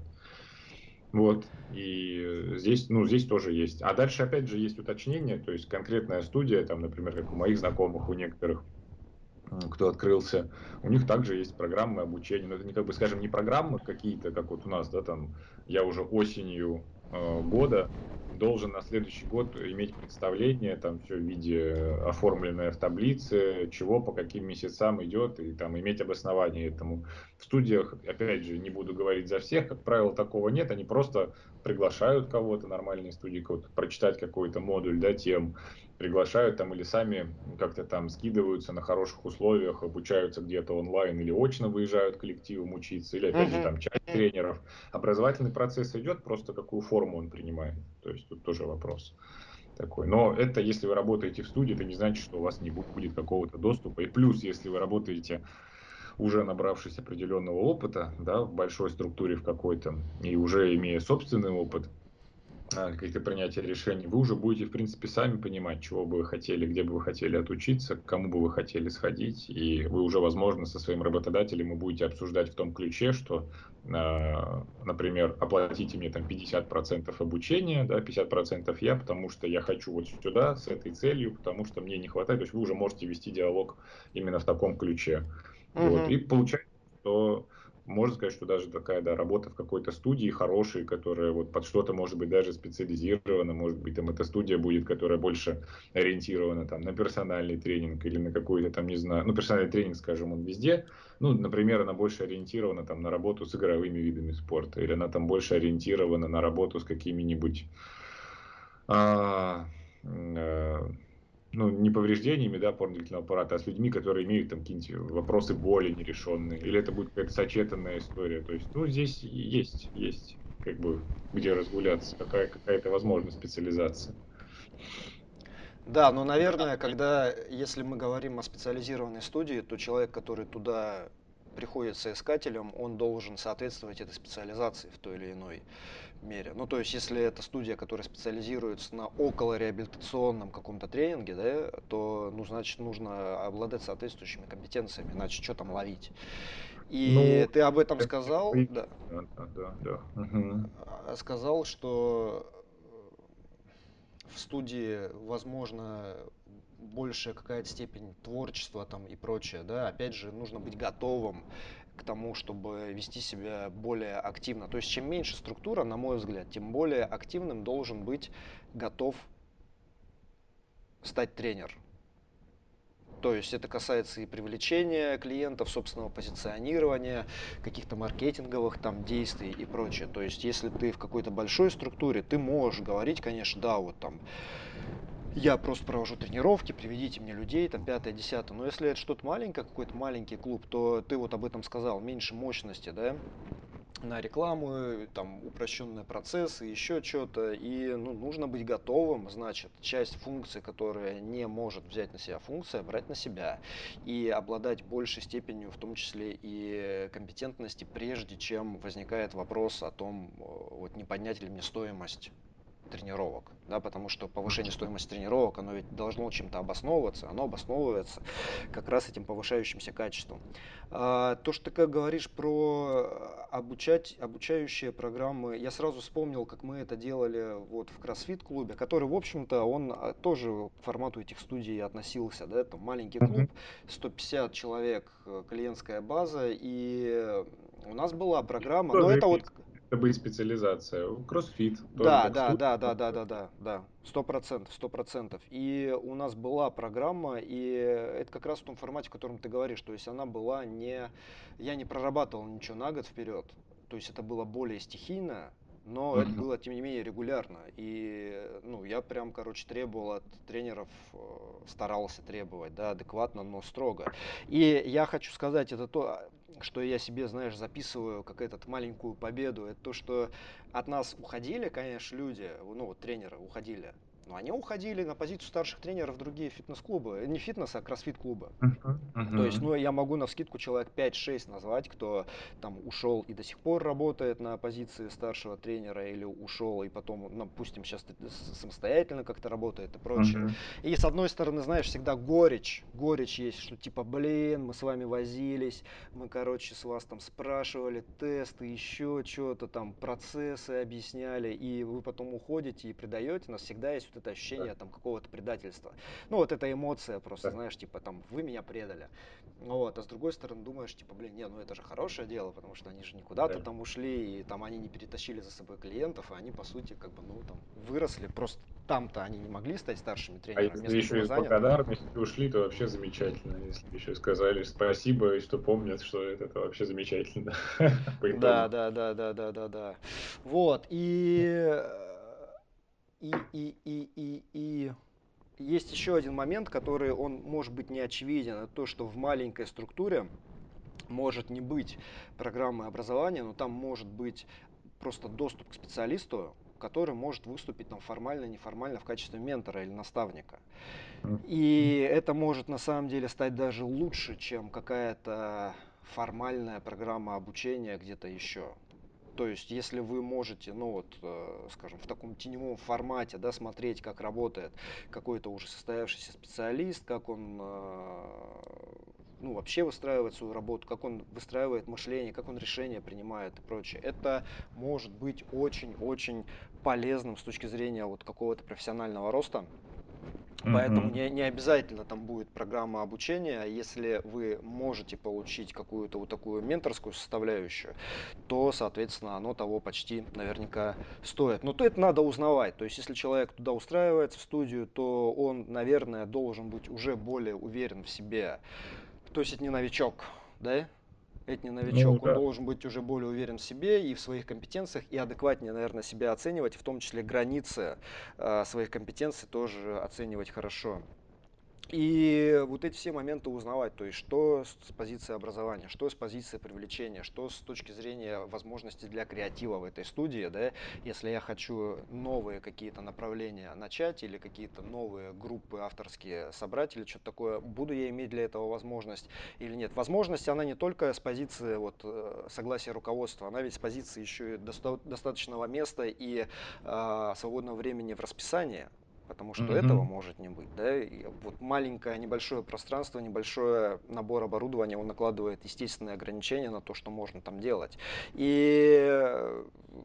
Speaker 2: Вот, и здесь, ну, здесь тоже есть. А дальше, опять же, есть уточнение, то есть конкретная студия, там, например, как у моих знакомых, у некоторых, кто открылся, у них также есть программы обучения. Но это не, как бы, скажем, не программы какие-то, как вот у нас, да, там, я уже осенью года должен на следующий год иметь представление, там, все в виде оформленное в таблице, чего по каким месяцам идет, и там иметь обоснование этому. В студиях, опять же, не буду говорить за всех, как правило, такого нет, они просто приглашают кого-то, нормальные студии, кого-то прочитать какой-то модуль, да, тем, приглашают там или сами как-то там скидываются на хороших условиях, обучаются где-то онлайн или очно выезжают к коллективам учиться, или опять же
Speaker 1: Мгм.
Speaker 2: там часть тренеров. Образовательный процесс идет, просто какую форму он принимает. То есть тут тоже вопрос такой. Но это если вы работаете в студии, это не значит, что у вас не будет какого-то доступа. И плюс, если вы работаете уже набравшись определенного опыта, да, в большой структуре в какой-то, и уже имея собственный опыт, каких-то принятия решений, вы уже будете, в принципе, сами понимать, чего бы вы хотели, где бы вы хотели отучиться, к кому бы вы хотели сходить, и вы уже, возможно, со своим работодателем вы будете обсуждать в том ключе, что, например, оплатите мне там 50% обучения, да, 50% я, потому что я хочу вот сюда с этой целью, потому что мне не хватает, то есть вы уже можете вести диалог именно в таком ключе. Вот.
Speaker 1: Мгм.
Speaker 2: И получается, что можно сказать, что даже такая, да, работа в какой-то студии хорошей, которая вот под что-то может быть даже специализирована, может быть, там эта студия будет, которая больше ориентирована там на персональный тренинг или на какой-то там, не знаю, ну, персональный тренинг, скажем, он везде, ну, например, она больше ориентирована там на работу с игровыми видами спорта, или она там больше ориентирована на работу с какими-нибудь а, э, ну, не повреждениями, да, опорно-двигательного аппарата, а с людьми, которые имеют там какие-нибудь вопросы боли нерешенные, или это будет какая-то сочетанная история. То есть, ну, здесь есть, как бы, где разгуляться, какая-то возможность специализации.
Speaker 1: Да, но, наверное, если мы говорим о специализированной студии, то человек, который туда приходит соискателем, он должен соответствовать этой специализации в той или иной мере. Ну, то есть, если это студия, которая специализируется на околореабилитационном каком-то тренинге, да, то, ну, значит, нужно обладать соответствующими компетенциями, иначе что там ловить.
Speaker 2: Ну,
Speaker 1: И ты об этом
Speaker 2: это
Speaker 1: сказал, да,
Speaker 2: да, да, да, да. Мгм.
Speaker 1: сказал, что в студии, возможно, большая какая-то степень творчества там и прочее, да, опять же, нужно быть готовым к тому, чтобы вести себя более активно. То есть, чем меньше структура, на мой взгляд, тем более активным должен быть готов стать тренер. То есть это касается и привлечения клиентов, собственного позиционирования, каких-то маркетинговых там действий и прочее. То есть если ты в какой-то большой структуре, ты можешь говорить, конечно, да, вот там я просто провожу тренировки, приведите мне людей, там, пятое, десятое. Но если это что-то маленькое, какой-то маленький клуб, то ты вот об этом сказал, меньше мощности, да, на рекламу, там, упрощенные процессы, еще что-то. И, ну, нужно быть готовым, значит, часть функций, которая не может взять на себя функция, брать на себя. И обладать большей степенью, в том числе и компетентности, прежде чем возникает вопрос о том, вот не поднять ли мне стоимость. тренировок, да, потому что повышение стоимости тренировок, оно ведь должно чем-то обосновываться, оно обосновывается как раз этим повышающимся качеством. То, что ты как говоришь про обучающие программы, я сразу вспомнил, как мы это делали вот в кроссфит-клубе, который, в общем-то, он тоже к формату этих студий относился, да, там маленький
Speaker 2: Мгм.
Speaker 1: клуб, 150 человек, клиентская база, и у нас была программа, но
Speaker 2: Тоже
Speaker 1: это вот.
Speaker 2: имеет место быть специализация. Кроссфит, тоже
Speaker 1: Да, да,
Speaker 2: бокс-студия.
Speaker 1: да, да, да, да, да, да, 100%, 100%. И у нас была программа, и это как раз в том формате, в котором ты говоришь, то есть она была не, я не прорабатывал ничего на год вперед, то есть это было более стихийно, но это
Speaker 2: Мгм.
Speaker 1: было, тем не менее, регулярно. И, ну, я прям, короче, требовал от тренеров, старался требовать, да, адекватно, но строго. И я хочу сказать, это то, что я себе, знаешь, записываю как этот маленькую победу, это то, что от нас уходили, конечно, люди, ну вот тренеры уходили, но они уходили на позицию старших тренеров в другие фитнес-клубы, не фитнес, а кроссфит-клубы.
Speaker 2: Мгм.
Speaker 1: То есть,
Speaker 2: Мгм.
Speaker 1: ну, я могу навскидку человек 5-6 назвать, кто там ушел и до сих пор работает на позиции старшего тренера, или ушел и потом, ну, допустим, сейчас самостоятельно как-то работает и прочее.
Speaker 2: Мгм.
Speaker 1: И с одной стороны, знаешь, всегда горечь есть, что типа, блин, мы с вами возились, мы, короче, с вас там спрашивали тесты, еще что-то там, процессы объясняли, и вы потом уходите и предаете, у нас всегда есть вот это
Speaker 2: Да,
Speaker 1: ощущение там какого-то предательства. Ну, вот эта эмоция просто,
Speaker 2: да,
Speaker 1: знаешь, типа там, вы меня предали. Вот, а с другой стороны думаешь, типа, блин, не, ну это же хорошее дело, потому что они же не куда-то
Speaker 2: да.
Speaker 1: там ушли, и там они не перетащили за собой клиентов, и они, по сути, как бы, ну, там, выросли, просто там-то они не могли стать старшими
Speaker 2: А
Speaker 1: тренерами,
Speaker 2: если
Speaker 1: место
Speaker 2: еще
Speaker 1: было
Speaker 2: и с
Speaker 1: занято.
Speaker 2: благодарностью ушли, то вообще замечательно. Если еще сказали спасибо и что помнят, что это вообще замечательно по
Speaker 1: Да,
Speaker 2: итогу.
Speaker 1: да, да, да, да, да, да. Вот, и есть еще один момент, который, он может быть не очевиден, это то, что в маленькой структуре может не быть программы образования, но там может быть просто доступ к специалисту, который может выступить там формально, неформально в качестве ментора или наставника.
Speaker 2: Мгм.
Speaker 1: И это может на самом деле стать даже лучше, чем какая-то формальная программа обучения где-то еще. То есть, если вы можете, ну вот, скажем, в таком теневом формате, да, смотреть, как работает какой-то уже состоявшийся специалист, как он, ну, вообще выстраивает свою работу, как он выстраивает мышление, как он решения принимает и прочее, это может быть очень-очень полезным с точки зрения вот какого-то профессионального роста. Поэтому
Speaker 2: Мгм.
Speaker 1: не обязательно там будет программа обучения. Если вы можете получить какую-то вот такую менторскую составляющую, то, соответственно, оно того почти наверняка стоит. Но то это надо узнавать. То есть, если человек туда устраивается в студию, то он, наверное, должен быть уже более уверен в себе. То есть, это не новичок, да? Это не
Speaker 2: Ну
Speaker 1: новичок, он
Speaker 2: да.
Speaker 1: должен быть уже более уверен в себе и в своих компетенциях, и адекватнее, наверное, себя оценивать, в том числе границы своих компетенций тоже оценивать хорошо. И вот эти все моменты узнавать, то есть что с позиции образования, что с позиции привлечения, что с точки зрения возможностей для креатива в этой студии, да, если я хочу новые какие-то направления начать или какие-то новые группы авторские собрать или что-то такое, буду я иметь для этого возможность или нет. Возможность, она не только с позиции вот, согласия руководства, она ведь с позиции еще и достаточного места и свободного времени в расписании. Потому что этого
Speaker 2: Мгм.
Speaker 1: может не быть. Да? И вот маленькое, небольшое пространство, небольшой набор оборудования, он накладывает естественные ограничения на то, что можно там делать. И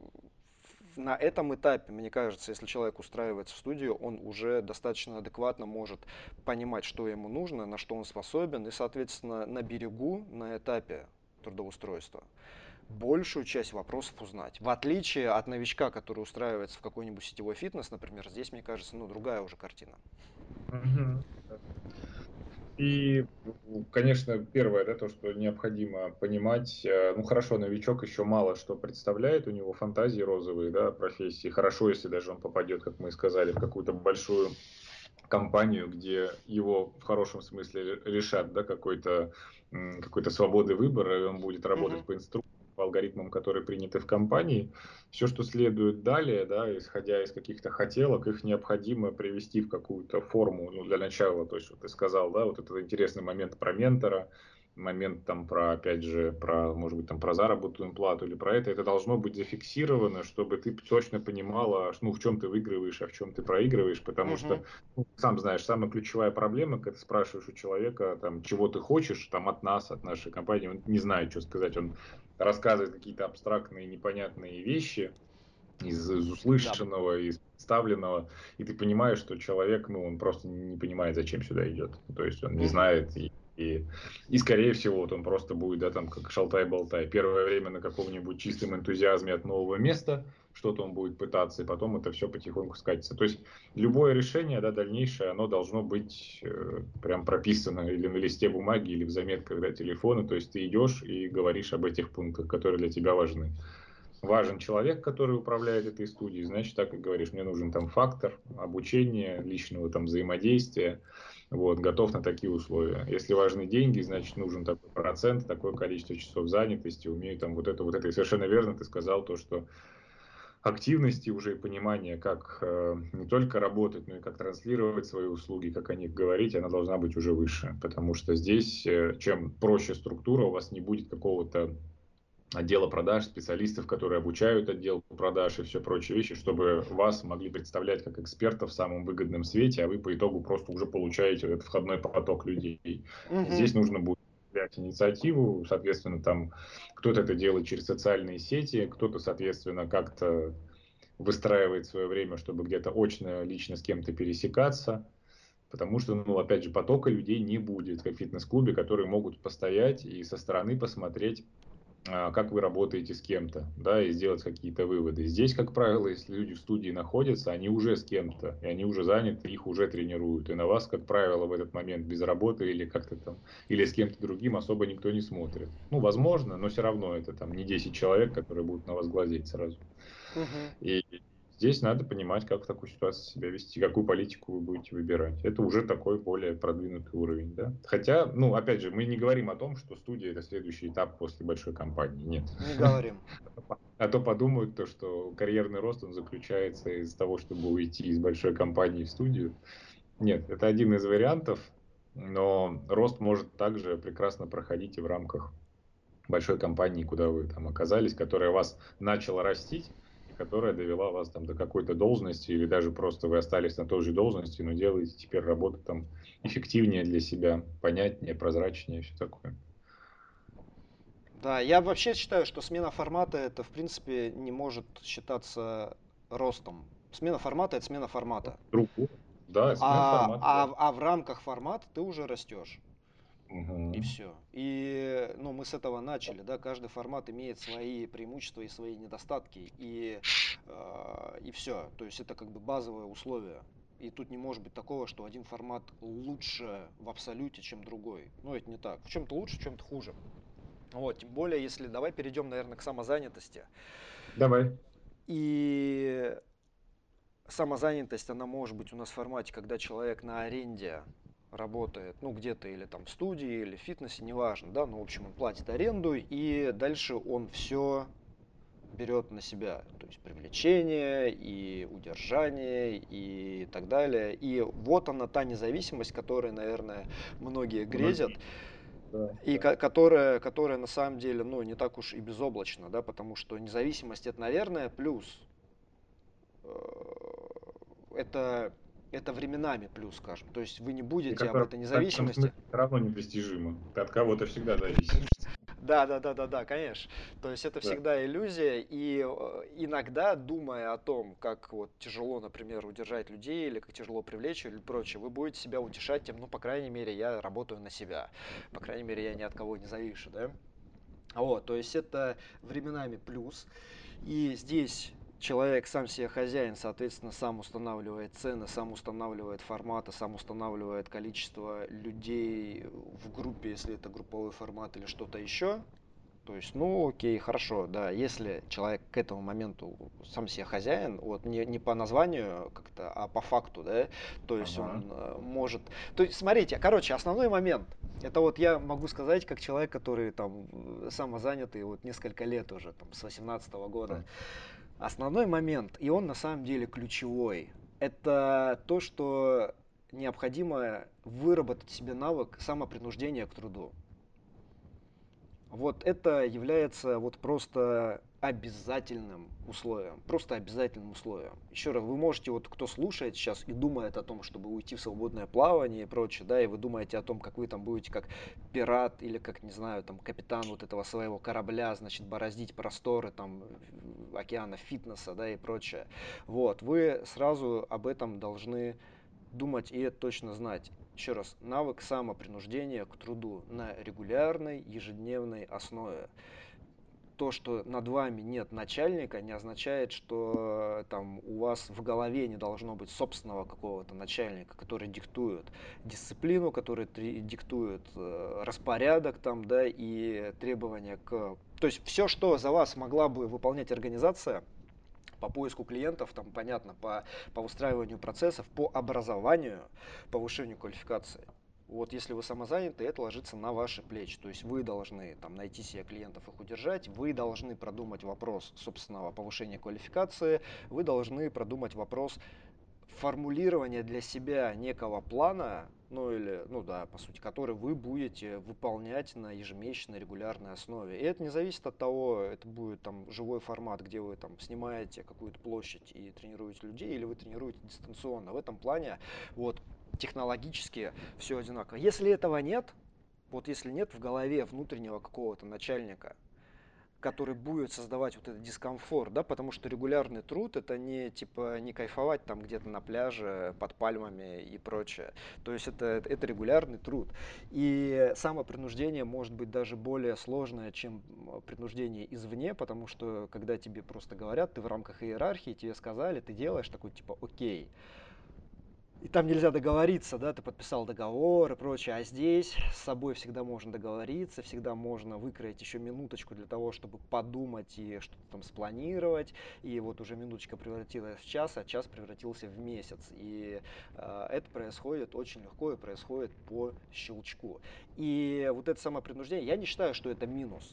Speaker 1: на этом этапе, мне кажется, если человек устраивается в студию, он уже достаточно адекватно может понимать, что ему нужно, на что он способен, и, соответственно, на берегу, на этапе трудоустройства, большую часть вопросов узнать. В отличие от новичка, который устраивается в какой-нибудь сетевой фитнес, например, здесь, мне кажется, ну, другая уже картина.
Speaker 2: Мгм. И, конечно, первое, да, то, что необходимо понимать, ну хорошо, новичок еще мало что представляет, у него фантазии розовые, да, профессии. Хорошо, если даже он попадет, как мы и сказали, в какую-то большую компанию, где его в хорошем смысле лишат, да, какой-то свободы выбора, и он будет работать
Speaker 1: Мгм.
Speaker 2: по инструкциям, по алгоритмам, которые приняты в компании. Все, что следует далее, да, исходя из каких-то хотелок, их необходимо привести в какую-то форму, ну, для начала, то есть, вот ты сказал, да, вот этот интересный момент про ментора, момент там про, опять же, про, может быть, там про заработную плату или про это должно быть зафиксировано, чтобы ты точно понимала, ну, в чем ты выигрываешь, а в чем ты проигрываешь, потому
Speaker 1: Мгм.
Speaker 2: что, ну, сам знаешь, самая ключевая проблема, когда ты спрашиваешь у человека, там, чего ты хочешь, там, от нас, от нашей компании, он не знает, что сказать, он рассказывает какие-то абстрактные, непонятные вещи, из
Speaker 1: Да.
Speaker 2: услышанного, из представленного, и ты понимаешь, что человек, ну, он просто не понимает, зачем сюда идет. То есть он не
Speaker 1: Мгм.
Speaker 2: знает, и скорее всего, вот он просто будет, да, там, как шалтай-болтай. Первое время на каком-нибудь чистом энтузиазме от нового места, что-то он будет пытаться, и потом это все потихоньку скатится. То есть любое решение, да, дальнейшее, оно должно быть прям прописано или на листе бумаги, или в заметках, да, телефона. То есть ты идешь и говоришь об этих пунктах, которые для тебя важны. Важен человек, который управляет этой студией, значит, так и говоришь, мне нужен там фактор обучения, личного там взаимодействия, вот, готов на такие условия. Если важны деньги, значит, нужен такой процент, такое количество часов занятости, умею там вот это. И совершенно верно ты сказал то, что активности уже и понимание, как не только работать, но и как транслировать свои услуги, как о них говорить, она должна быть уже выше. Потому что здесь, чем проще структура, у вас не будет какого-то отдела продаж, специалистов, которые обучают отдел продаж и все прочие вещи, чтобы вас могли представлять как эксперта в самом выгодном свете, а вы по итогу просто уже получаете этот входной поток людей.
Speaker 1: Мгм.
Speaker 2: Здесь нужно будет взять инициативу, соответственно, там кто-то это делает через социальные сети, кто-то, соответственно, как-то выстраивает свое время, чтобы где-то очно, лично с кем-то пересекаться, потому что, ну, опять же, потока людей не будет, как в фитнес-клубе, которые могут постоять и со стороны посмотреть, как вы работаете с кем-то, да, и сделать какие-то выводы. Здесь, как правило, если люди в студии находятся, они уже с кем-то, и они уже заняты, их уже тренируют. И на вас, как правило, в этот момент без работы или как-то там, или с кем-то другим особо никто не смотрит. Ну, возможно, но все равно это там не 10 человек, которые будут на вас глазеть сразу.
Speaker 1: Мгм.
Speaker 2: И здесь надо понимать, как в такой ситуации себя вести, какую политику вы будете выбирать. Это уже такой более продвинутый уровень. Да? Хотя, ну, опять же, мы не говорим о том, что студия – это следующий этап после большой компании. Нет.
Speaker 1: Не говорим.
Speaker 2: А то подумают, то, что карьерный рост он заключается из того, чтобы уйти из большой компании в студию. Нет, это один из вариантов, но рост может также прекрасно проходить и в рамках большой компании, куда вы там оказались, которая вас начала растить и которая довела вас там до какой-то должности, или даже просто вы остались на той же должности, но делаете теперь работу там эффективнее для себя, понятнее, прозрачнее, все такое.
Speaker 1: Да, я вообще считаю, что смена формата это в принципе не может считаться ростом. Смена формата это смена формата.
Speaker 2: Другое. Да, смена
Speaker 1: А,
Speaker 2: формата, да.
Speaker 1: а, а в рамках формата ты уже растешь. И
Speaker 2: Мгм.
Speaker 1: все. И ну, мы с этого начали, да, каждый формат имеет свои преимущества и свои недостатки. И все. То есть это как бы базовое условие. И тут не может быть такого, что один формат лучше в абсолюте, чем другой. Ну, это не так. В чем-то лучше, в чем-то хуже. Вот, тем более, если давай перейдем, наверное, к самозанятости.
Speaker 2: Давай.
Speaker 1: И самозанятость, она может быть у нас в формате, когда человек на аренде работает, ну, где-то или там в студии, или в фитнесе, неважно, да, ну, в общем, он платит аренду, и дальше он все берет на себя, то есть привлечение и удержание и так далее. И вот она та независимость, которой, наверное, многие грезят,
Speaker 2: Многие. Да,
Speaker 1: и
Speaker 2: да.
Speaker 1: которая на самом деле, ну, не так уж и безоблачна, да, потому что независимость это, наверное, плюс. Э, Это, это временами плюс, скажем. То есть вы не
Speaker 2: И
Speaker 1: будете об
Speaker 2: которая
Speaker 1: этой
Speaker 2: в этом
Speaker 1: независимости.
Speaker 2: смысле все равно недостижима. Ты от кого-то всегда зависишь.
Speaker 1: Да, да, да, да, да, конечно. То есть это
Speaker 2: Да.
Speaker 1: всегда иллюзия, и иногда, думая о том, как вот тяжело, например, удержать людей, или как тяжело привлечь, или прочее, вы будете себя утешать тем, ну, по крайней мере, я работаю на себя, по крайней мере, я ни от кого не завишу, да? Вот, то есть это временами плюс. И здесь человек сам себе хозяин, соответственно, сам устанавливает цены, сам устанавливает форматы, сам устанавливает количество людей в группе, если это групповой формат или что-то еще. То есть, ну, окей, хорошо, да, если человек к этому моменту сам себе хозяин, вот не по названию как-то, а по факту, да, то есть
Speaker 2: Ага.
Speaker 1: он может... То есть, смотрите, короче, основной момент, это вот я могу сказать, как человек, который там самозанятый вот несколько лет уже, там, с 18 года. Основной момент, и он на самом деле ключевой, это то, что необходимо выработать себе навык самопринуждения к труду. Вот это является вот просто обязательным условием. Просто обязательным условием. Еще раз, вы можете, вот кто слушает сейчас и думает о том, чтобы уйти в свободное плавание и прочее, да, и вы думаете о том, как вы там будете как пират или как, не знаю, там капитан вот этого своего корабля, значит, бороздить просторы там океана фитнеса, да, и прочее. Вот, вы сразу об этом должны думать и это точно знать. Еще раз, навык самопринуждения к труду на регулярной ежедневной основе. То, что над вами нет начальника, не означает, что там у вас в голове не должно быть собственного какого-то начальника, который диктует дисциплину, который диктует распорядок там, да, и требования к... То есть все, что за вас могла бы выполнять организация, по поиску клиентов, там, понятно, по устраиванию процессов, по образованию, повышению квалификации. Вот если вы самозаняты, это ложится на ваши плечи. То есть вы должны там, найти себе клиентов, их удержать, вы должны продумать вопрос собственного повышения квалификации, вы должны продумать вопрос формулирование для себя некого плана, ну или, ну да, по сути, который вы будете выполнять на ежемесячной регулярной основе. И это не зависит от того, это будет там живой формат, где вы там снимаете какую-то площадь и тренируете людей, или вы тренируете дистанционно. В этом плане вот технологически все одинаково. Если этого нет, вот если нет в голове внутреннего какого-то начальника, который будет создавать вот этот дискомфорт, да, потому что регулярный труд это не типа не кайфовать там где-то на пляже под пальмами и прочее. То есть это регулярный труд. И самопринуждение может быть даже более сложное, чем принуждение извне, потому что когда тебе просто говорят, ты в рамках иерархии, тебе сказали, ты делаешь такой типа окей. И там нельзя договориться, да, ты подписал договор и прочее, а здесь с собой всегда можно договориться, всегда можно выкроить еще минуточку для того, чтобы подумать и что-то там спланировать, и вот уже минуточка превратилась в час, а час превратился в месяц, и это происходит очень легко и происходит по щелчку. И вот это самопринуждение, я не считаю, что это минус,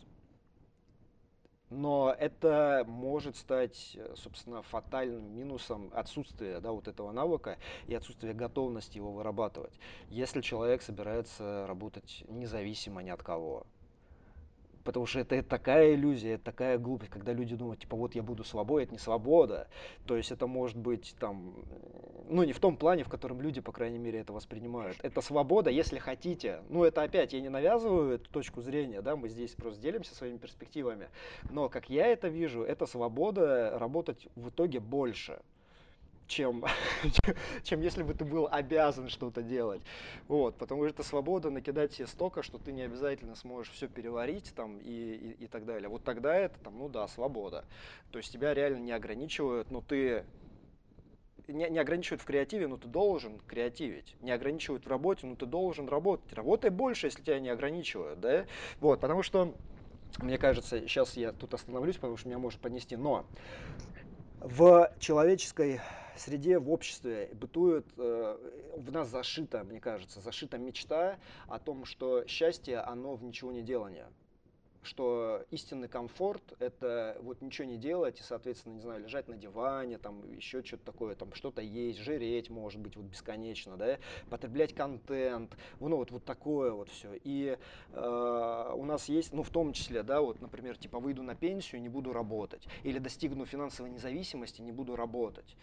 Speaker 1: но это может стать, собственно, фатальным минусом отсутствия, да, вот этого навыка и отсутствия готовности его вырабатывать. Если человек собирается работать независимо ни от кого. Потому что это такая иллюзия, это такая глупость, когда люди думают, типа, вот я буду свободой, это не свобода. То есть это может быть там, ну не в том плане, в котором люди, по крайней мере, это воспринимают. Это свобода, если хотите. Ну это опять, я не навязываю эту точку зрения, да, мы здесь просто делимся своими перспективами. Но как я это вижу, это свобода работать в итоге больше чем, чем если бы ты был обязан что-то делать. Вот, потому что это свобода накидать себе столько, что ты не обязательно сможешь все переварить там и так далее. Вот тогда это там, ну да, свобода. То есть тебя реально не ограничивают, но ты не ограничивают в креативе, но ты должен креативить. Не ограничивают в работе, но ты должен работать. Работай больше, если тебя не ограничивают, да? Вот, потому что, мне кажется, сейчас я тут остановлюсь, потому что меня может понести, но в человеческой среде, в обществе бытует, в нас зашита, мне кажется, зашита мечта о том, что счастье, оно в ничего не делании. Что истинный комфорт это вот ничего не делать и, соответственно, не знаю, лежать на диване, там еще что-то такое, там что-то есть, жиреть, может быть, вот бесконечно, да, потреблять контент, ну вот такое вот все. И у нас есть, ну в том числе, да, вот, например, типа выйду на пенсию, не буду работать, или достигну финансовой независимости, не буду работать.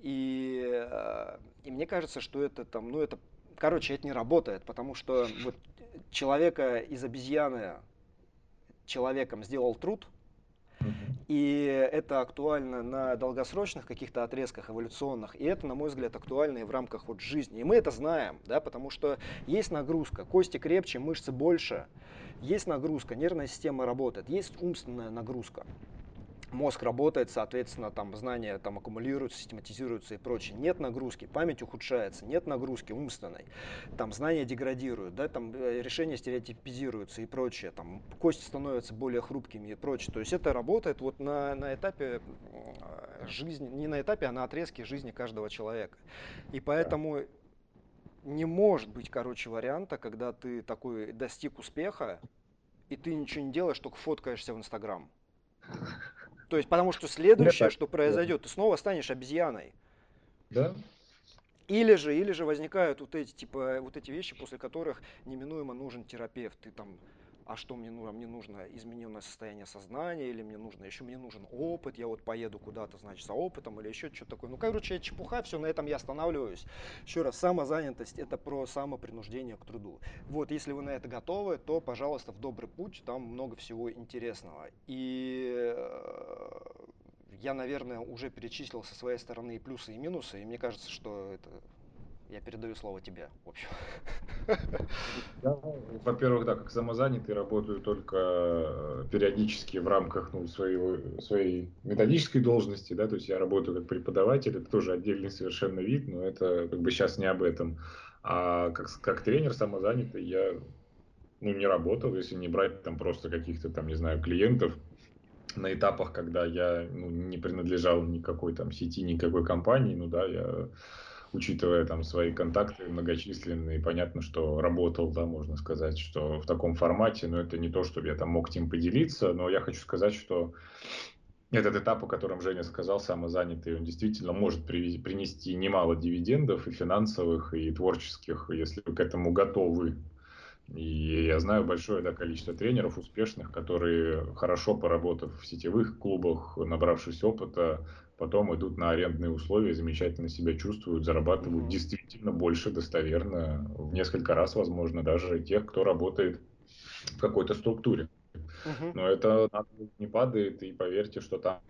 Speaker 1: И мне кажется, что это там, ну это, короче, это не работает, потому что вот человека из обезьяны человеком сделал труд,
Speaker 2: Мгм.
Speaker 1: и это актуально на долгосрочных каких-то отрезках эволюционных, и это, на мой взгляд, актуально и в рамках вот жизни. И мы это знаем, да, потому что есть нагрузка, кости крепче, мышцы больше, есть нагрузка, нервная система работает, есть умственная нагрузка. Мозг работает, соответственно, там знания там аккумулируются, систематизируются и прочее. Нет нагрузки, память ухудшается, нет нагрузки умственной, там знания деградируют, да, там решения стереотипизируются и прочее, там кости становятся более хрупкими и прочее. То есть это работает вот на этапе жизни, не на этапе, а на отрезке жизни каждого человека. И
Speaker 2: Да.
Speaker 1: поэтому не может быть, короче, варианта, когда ты такой достиг успеха, и ты ничего не делаешь, только фоткаешься в Инстаграм. То есть, потому что
Speaker 2: Я
Speaker 1: следующее,
Speaker 2: так
Speaker 1: что
Speaker 2: делаю.
Speaker 1: произойдет, ты снова станешь обезьяной.
Speaker 2: Да?
Speaker 1: Или же возникают вот эти, типа, вот эти вещи, после которых неминуемо нужен терапевт. Ты там а что мне нужно? Мне нужно измененное состояние сознания, или мне нужен опыт, я вот поеду куда-то, значит, за опытом, или еще что-то такое. Ну, короче, чепуха, все, на этом я останавливаюсь. Еще раз, самозанятость – это про самопринуждение к труду. Вот, если вы на это готовы, то, пожалуйста, в добрый путь, там много всего интересного. И я, наверное, уже перечислил со своей стороны и плюсы, и минусы, и мне кажется, что это я передаю слово тебе, в общем.
Speaker 2: Я, во-первых, да, как самозанятый работаю только периодически в рамках своей методической должности, да, то есть я работаю как преподаватель, это тоже отдельный совершенно вид, но это как бы сейчас не об этом. А как тренер самозанятый я не работал, если не брать там просто каких-то там, не знаю, клиентов на этапах, когда я не принадлежал никакой там сети, никакой компании, ну да, я, учитывая там свои контакты многочисленные, понятно, что работал, да, можно сказать, что в таком формате, но это не то, чтобы я там мог этим поделиться, но я хочу сказать, что этот этап, о котором Женя сказал, самозанятый, он действительно может принести немало дивидендов и финансовых, и творческих, если вы к этому готовы. И я знаю большое, да, количество тренеров успешных, которые, хорошо поработав в сетевых клубах, набравшись опыта, потом идут на арендные условия, замечательно себя чувствуют, зарабатывают
Speaker 1: Мгм.
Speaker 2: действительно больше, достоверно, в несколько раз, возможно, даже тех, кто работает в какой-то структуре.
Speaker 1: Мгм.
Speaker 2: Но это не падает, и поверьте, что там,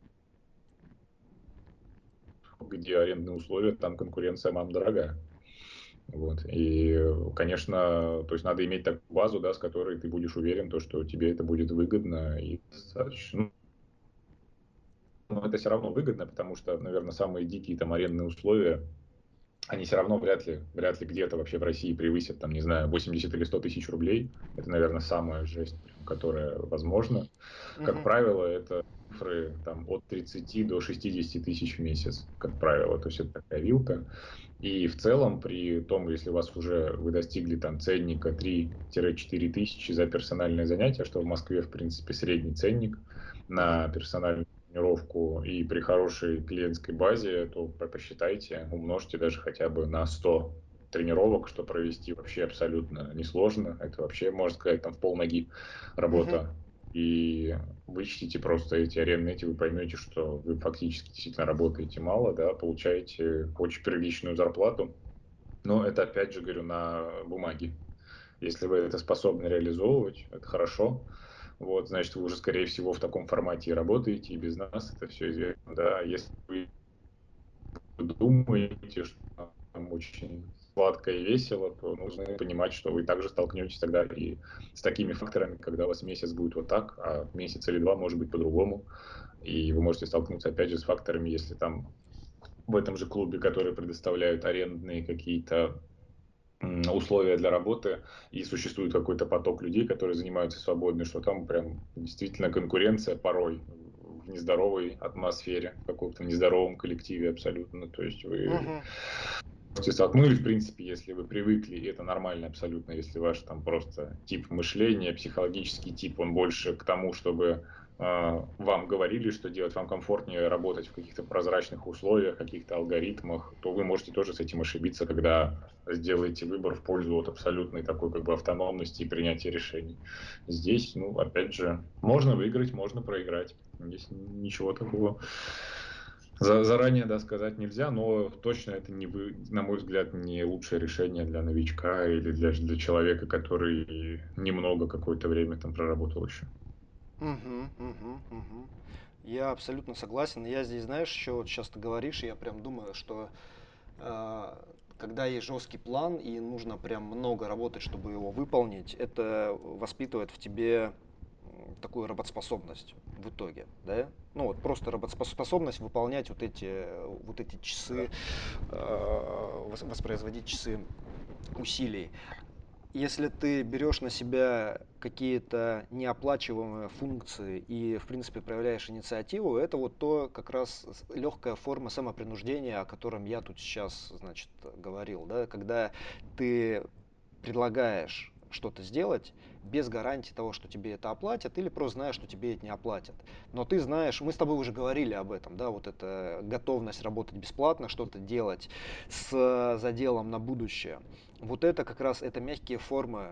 Speaker 2: где арендные условия, там конкуренция, мам, дорогая. Вот. И, конечно, то есть надо иметь такую базу, да, с которой ты будешь уверен, то, что тебе это будет выгодно и достаточно. Но это все равно выгодно, потому что, наверное, самые дикие там арендные условия, они все равно вряд ли где-то вообще в России превысят, там, не знаю, 80 или 100 тысяч рублей. Это, наверное, самая жесть, прям, которая возможна. Как
Speaker 1: Мгм.
Speaker 2: правило, это цифры там, от 30 до 60 тысяч в месяц, как правило. То есть это такая вилка. И в целом, при том, если у вас уже вы достигли там ценника 3-4 тысячи за персональное занятие, что в Москве, в принципе, средний ценник
Speaker 1: Мгм.
Speaker 2: на персональную тренировку, и при хорошей клиентской базе, то посчитайте, умножьте даже хотя бы на 100 тренировок, что провести вообще абсолютно несложно. Это вообще, можно сказать, там в полноги
Speaker 1: Мгм.
Speaker 2: работа. И вычтите просто эти арендные, вы поймете, что вы фактически действительно работаете мало, да, получаете очень приличную зарплату. Но это, опять же, говорю, на бумаге. Если вы это способны реализовывать, это хорошо. Вот, значит, вы уже, скорее всего, в таком формате и работаете, и без нас это все известно, да. Если вы думаете, что там очень сладко и весело, то нужно понимать, что вы также столкнетесь тогда и с такими факторами, когда у вас месяц будет вот так, а месяц или два может быть по-другому. И вы можете столкнуться, опять же, с факторами, если там в этом же клубе, который предоставляют арендные какие-то условия для работы, и существует какой-то поток людей, которые занимаются свободно, что там прям действительно конкуренция порой в нездоровой атмосфере, в каком-то нездоровом коллективе абсолютно. То есть вы
Speaker 1: Мгм.
Speaker 2: можете столкнулись, в принципе, если вы привыкли, и это нормально абсолютно, если ваш там просто тип мышления, психологический тип, он больше к тому, чтобы вам говорили, что делать, вам комфортнее работать в каких-то прозрачных условиях, каких-то алгоритмах, то вы можете тоже с этим ошибиться, когда сделаете выбор в пользу от абсолютной такой как бы автономности и принятия решений. Здесь, ну, опять же, можно выиграть, можно проиграть. Здесь ничего такого заранее, да, сказать нельзя, но точно это, на мой взгляд, не лучшее решение для новичка или для человека, который немного какое-то время там проработал еще.
Speaker 1: Мгм. Мгм. Мгм. Я абсолютно согласен. Я здесь, знаешь, еще вот сейчас ты говоришь, и я прям думаю, что когда есть жесткий план и нужно прям много работать, чтобы его выполнить, это воспитывает в тебе такую работоспособность в итоге, да? Ну вот просто работоспособность выполнять вот эти часы, воспроизводить часы усилий. Если ты берешь на себя какие-то неоплачиваемые функции и, в принципе, проявляешь инициативу, это вот то как раз легкая форма самопринуждения, о котором я тут сейчас, значит, говорил, да, когда ты предлагаешь что-то сделать без гарантии того, что тебе это оплатят, или просто знаешь, что тебе это не оплатят. Но ты знаешь, мы с тобой уже говорили об этом, да, вот эта готовность работать бесплатно, что-то делать с заделом на будущее. Вот это как раз это мягкие формы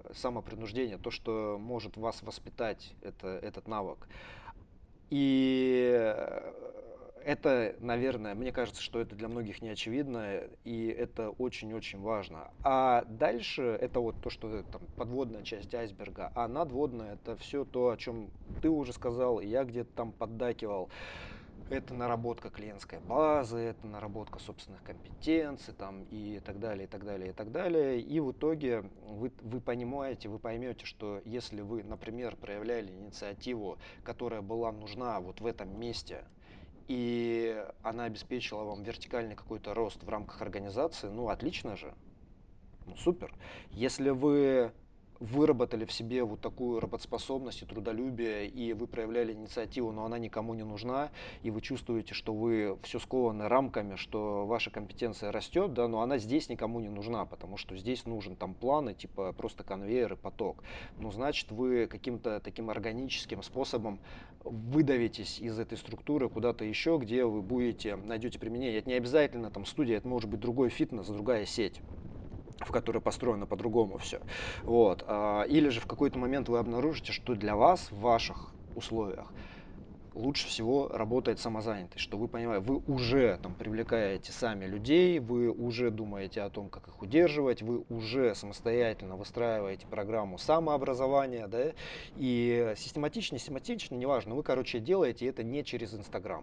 Speaker 1: самопринуждение, то, что может вас воспитать, этот навык. И это, наверное, мне кажется, что это для многих не очевидно, и это очень-очень важно. А дальше это вот то, что там подводная часть айсберга, а надводная это все то, о чем ты уже сказал, и я где-то там поддакивал. Это наработка клиентской базы, это наработка собственных компетенций там, и так далее, и так далее, и так далее. И в итоге вы понимаете, вы поймете, что если вы, например, проявляли инициативу, которая была нужна вот в этом месте, и она обеспечила вам вертикальный какой-то рост в рамках организации, ну отлично же, ну супер. Если вы выработали в себе вот такую работоспособность и трудолюбие, и вы проявляли инициативу, но она никому не нужна, и вы чувствуете, что вы все скованы рамками, что ваша компетенция растет, да, но она здесь никому не нужна, потому что здесь нужен там планы, типа просто конвейер и поток. Ну, значит, вы каким-то таким органическим способом выдавитесь из этой структуры куда-то еще, где вы будете, найдете применение. Это не обязательно там студия, это может быть другой фитнес, другая сеть, в которой построено по-другому все. Вот. Или же в какой-то момент вы обнаружите, что для вас в ваших условиях лучше всего работает самозанятый, что вы понимаете, вы уже там привлекаете сами людей, вы уже думаете о том, как их удерживать, вы уже самостоятельно выстраиваете программу самообразования, да, и систематично, систематично, неважно, вы, короче, делаете это не через Инстаграм,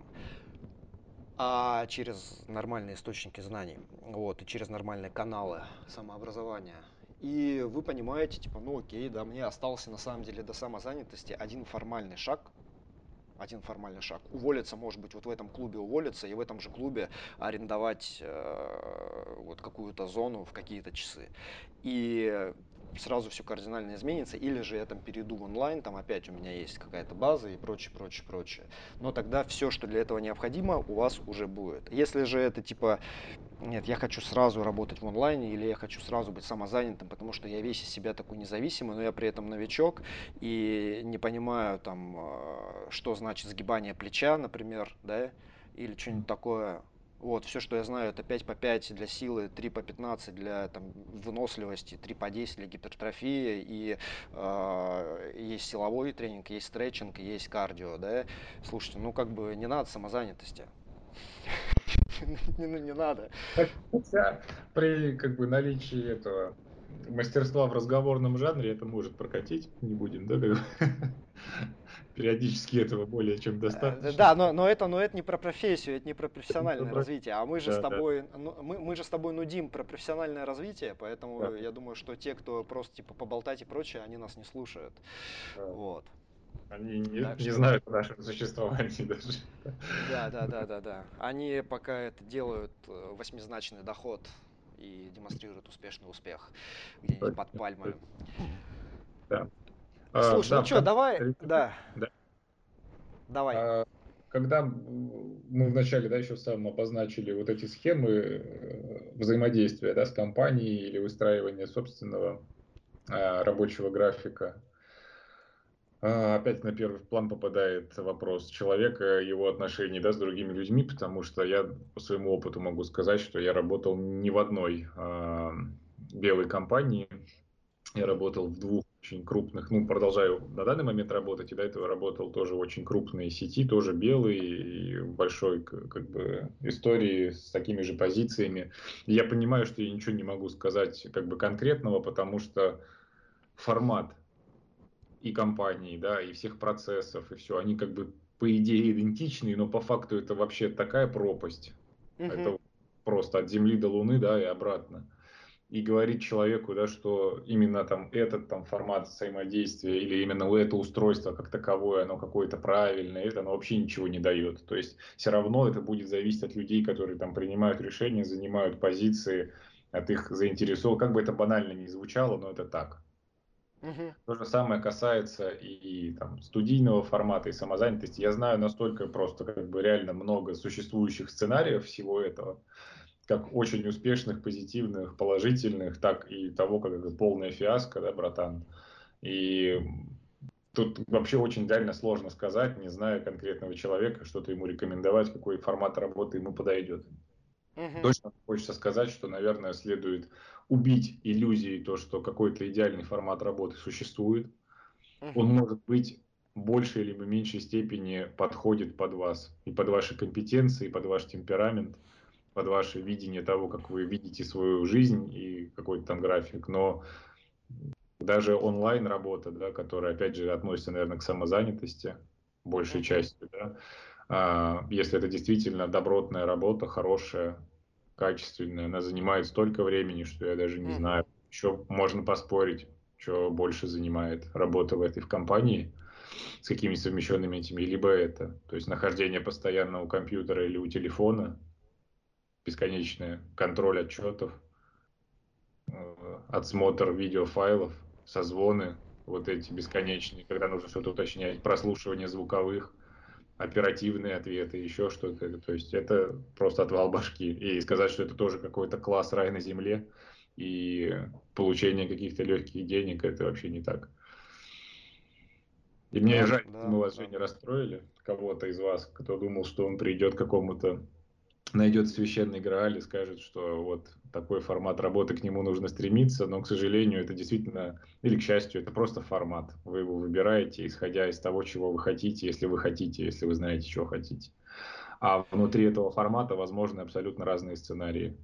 Speaker 1: а через нормальные источники знаний, вот, и через нормальные каналы самообразования. И вы понимаете, типа, ну окей, да, мне остался на самом деле до самозанятости один формальный шаг. Уволиться, может быть, вот в этом клубе уволиться и в этом же клубе арендовать вот какую-то зону в какие-то часы. И сразу все кардинально изменится, или же я там перейду в онлайн, там опять у меня есть какая-то база и прочее, прочее, прочее. Но тогда все, что для этого необходимо, у вас уже будет. Если же это типа нет, я хочу сразу работать в онлайне или я хочу сразу быть самозанятым, потому что я весь из себя такой независимый, но я при этом новичок и не понимаю там, что значит сгибание плеча, например, да, или что-нибудь такое. Вот, все, что я знаю, это 5 по 5 для силы, 3 по 15 для там, выносливости, 3 по 10 для гипертрофии, и есть силовой тренинг, есть стретчинг, есть кардио, да. Слушайте, ну как бы не надо самозанятости. Не надо.
Speaker 2: Хотя при как бы наличии этого мастерства в разговорном жанре это может прокатить, не будем, да, как бы. Периодически этого более чем достаточно.
Speaker 1: Да, но это не про профессию, это не про профессиональное
Speaker 2: Добро.
Speaker 1: развитие, а мы же с
Speaker 2: Да, да,
Speaker 1: тобой, ну, мы же с тобой нудим про профессиональное развитие,
Speaker 2: да,
Speaker 1: поэтому я думаю, что те, кто просто типа поболтать и прочее, они нас не слушают.
Speaker 2: да.
Speaker 1: Вот.
Speaker 2: Они
Speaker 1: Так
Speaker 2: не
Speaker 1: что,
Speaker 2: знают о нашем существовании даже.
Speaker 1: да, да,
Speaker 2: Да,
Speaker 1: да, да, да. Они пока это делают восьмизначный доход и демонстрируют успешный успех где-нибудь под
Speaker 2: точно,
Speaker 1: пальмами.
Speaker 2: точно. Да.
Speaker 1: Слушай, ну
Speaker 2: Да, в
Speaker 1: что,
Speaker 2: конце
Speaker 1: давай,
Speaker 2: резюме,
Speaker 1: да,
Speaker 2: да.
Speaker 1: давай.
Speaker 2: А, Когда мы вначале, да, еще в самом обозначили вот эти схемы взаимодействия, да, с компанией или выстраивания собственного рабочего графика, опять на первый план попадает вопрос человека, его отношений, да, с другими людьми, потому что я по своему опыту могу сказать, что я работал не в одной белой компании. Я
Speaker 1: Мгм.
Speaker 2: работал в двух очень крупных, ну, продолжаю на данный момент работать, и до этого работал тоже в очень крупной сети, тоже белый, и в большой, как бы, истории с такими же позициями. И я понимаю, что я ничего не могу сказать, как бы, конкретного, потому что формат и компании, да, и всех процессов, и все, они как бы по идее идентичны, но по факту это вообще такая пропасть.
Speaker 1: Мгм.
Speaker 2: Это просто от Земли до Луны, да, и обратно. И говорить человеку, да, что именно там этот там формат взаимодействия или именно это устройство как таковое, оно какое-то правильное, это оно вообще ничего не дает. То есть все равно это будет зависеть от людей, которые там принимают решения, занимают позиции, от их заинтересов. Как бы это банально ни звучало, но это так.
Speaker 1: Мгм.
Speaker 2: То же самое касается и там, студийного формата, и самозанятости. Я знаю настолько просто как бы реально много существующих сценариев всего этого, как очень успешных, позитивных, положительных, так и того, как это полная фиаско, да, братан. И тут вообще очень реально сложно сказать, не зная конкретного человека, что-то ему рекомендовать, какой формат работы ему подойдет.
Speaker 1: Мгм.
Speaker 2: Точно хочется сказать, что, наверное, следует убить иллюзии, то, что какой-то идеальный формат работы существует. Он
Speaker 1: Мгм.
Speaker 2: может быть в большей либо меньшей степени подходит под вас, и под ваши компетенции, и под ваш темперамент, под ваше видение того, как вы видите свою жизнь и какой-то там график. Но даже онлайн работа, да, которая, опять же, относится, наверное, к самозанятости большей
Speaker 1: Мгм.
Speaker 2: частью, да, если это действительно добротная работа, хорошая, качественная, она занимает столько времени, что я даже не знаю.
Speaker 1: Мгм.
Speaker 2: Еще можно поспорить, что больше занимает работа в этой в компании с какими совмещенными этими, либо это. То есть нахождение постоянно у компьютера или у телефона, бесконечное, контроль отчетов, отсмотр видеофайлов, созвоны вот эти бесконечные, когда нужно что-то уточнять, прослушивание звуковых, оперативные ответы, еще что-то. То есть это просто отвал башки. И сказать, что это тоже какой-то класс рай на земле и получение каких-то легких денег, это вообще не так. И мне
Speaker 1: Да,
Speaker 2: жаль, если
Speaker 1: да,
Speaker 2: мы вас,
Speaker 1: да.
Speaker 2: Женя, расстроили, кого-то из вас, кто думал, что он придет к какому-то, найдет священный Грааль и скажет, что вот такой формат работы, к нему нужно стремиться, но, к сожалению, это действительно, или к счастью, это просто формат. Вы его выбираете, исходя из того, чего вы хотите, если вы знаете, чего хотите. А внутри этого формата возможны абсолютно разные сценарии.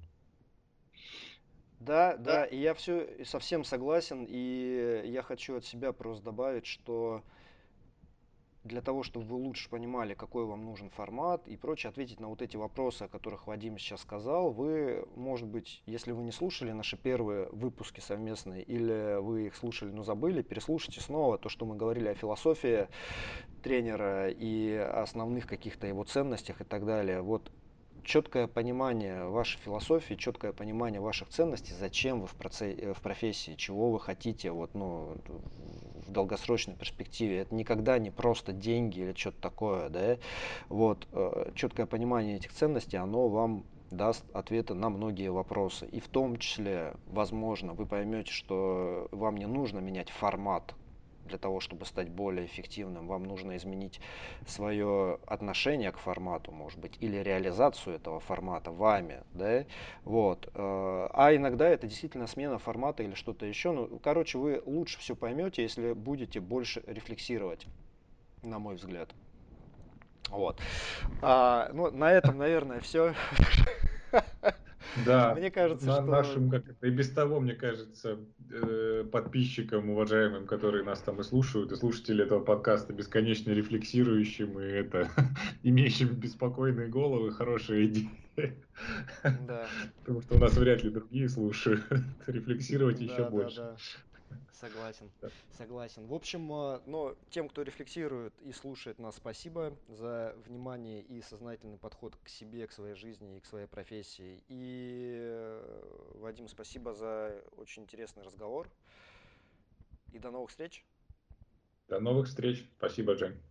Speaker 1: Да, да, и я все совсем согласен, и я хочу от себя просто добавить, что для того, чтобы вы лучше понимали, какой вам нужен формат и прочее, ответить на вот эти вопросы, о которых Вадим сейчас сказал, вы, может быть, если вы не слушали наши первые выпуски совместные, или вы их слушали, но забыли, переслушайте снова то, что мы говорили о философии тренера и основных каких-то его ценностях и так далее. Вот четкое понимание вашей философии, четкое понимание ваших ценностей, зачем вы в профессии, чего вы хотите вот, ну, в долгосрочной перспективе. Это никогда не просто деньги или что-то такое. Да? Вот, четкое понимание этих ценностей, оно вам даст ответы на многие вопросы. И в том числе, возможно, вы поймете, что вам не нужно менять формат для того, чтобы стать более эффективным, вам нужно изменить свое отношение к формату, может быть, или реализацию этого формата вами, да, вот. А иногда это действительно смена формата или что-то еще. Ну, короче, вы лучше все поймете, если будете больше рефлексировать, на мой взгляд. Вот. Ну, на этом, наверное, все.
Speaker 2: Да,
Speaker 1: Мне кажется, что
Speaker 2: нашим, как это, и без того, мне кажется, подписчикам, уважаемым, которые нас там и слушают, и слушатели этого подкаста, бесконечно рефлексирующим и это, имеющим беспокойные головы, хорошая идея.
Speaker 1: да,
Speaker 2: Потому что у нас вряд ли другие слушают. Рефлексировать еще
Speaker 1: да, да,
Speaker 2: больше.
Speaker 1: да. Согласен,
Speaker 2: Да.
Speaker 1: согласен. В общем, но тем, кто рефлексирует и слушает нас, спасибо за внимание и сознательный подход к себе, к своей жизни и к своей профессии. И, Вадим, спасибо за очень интересный разговор. И до новых встреч.
Speaker 2: До новых встреч. Спасибо, Жень.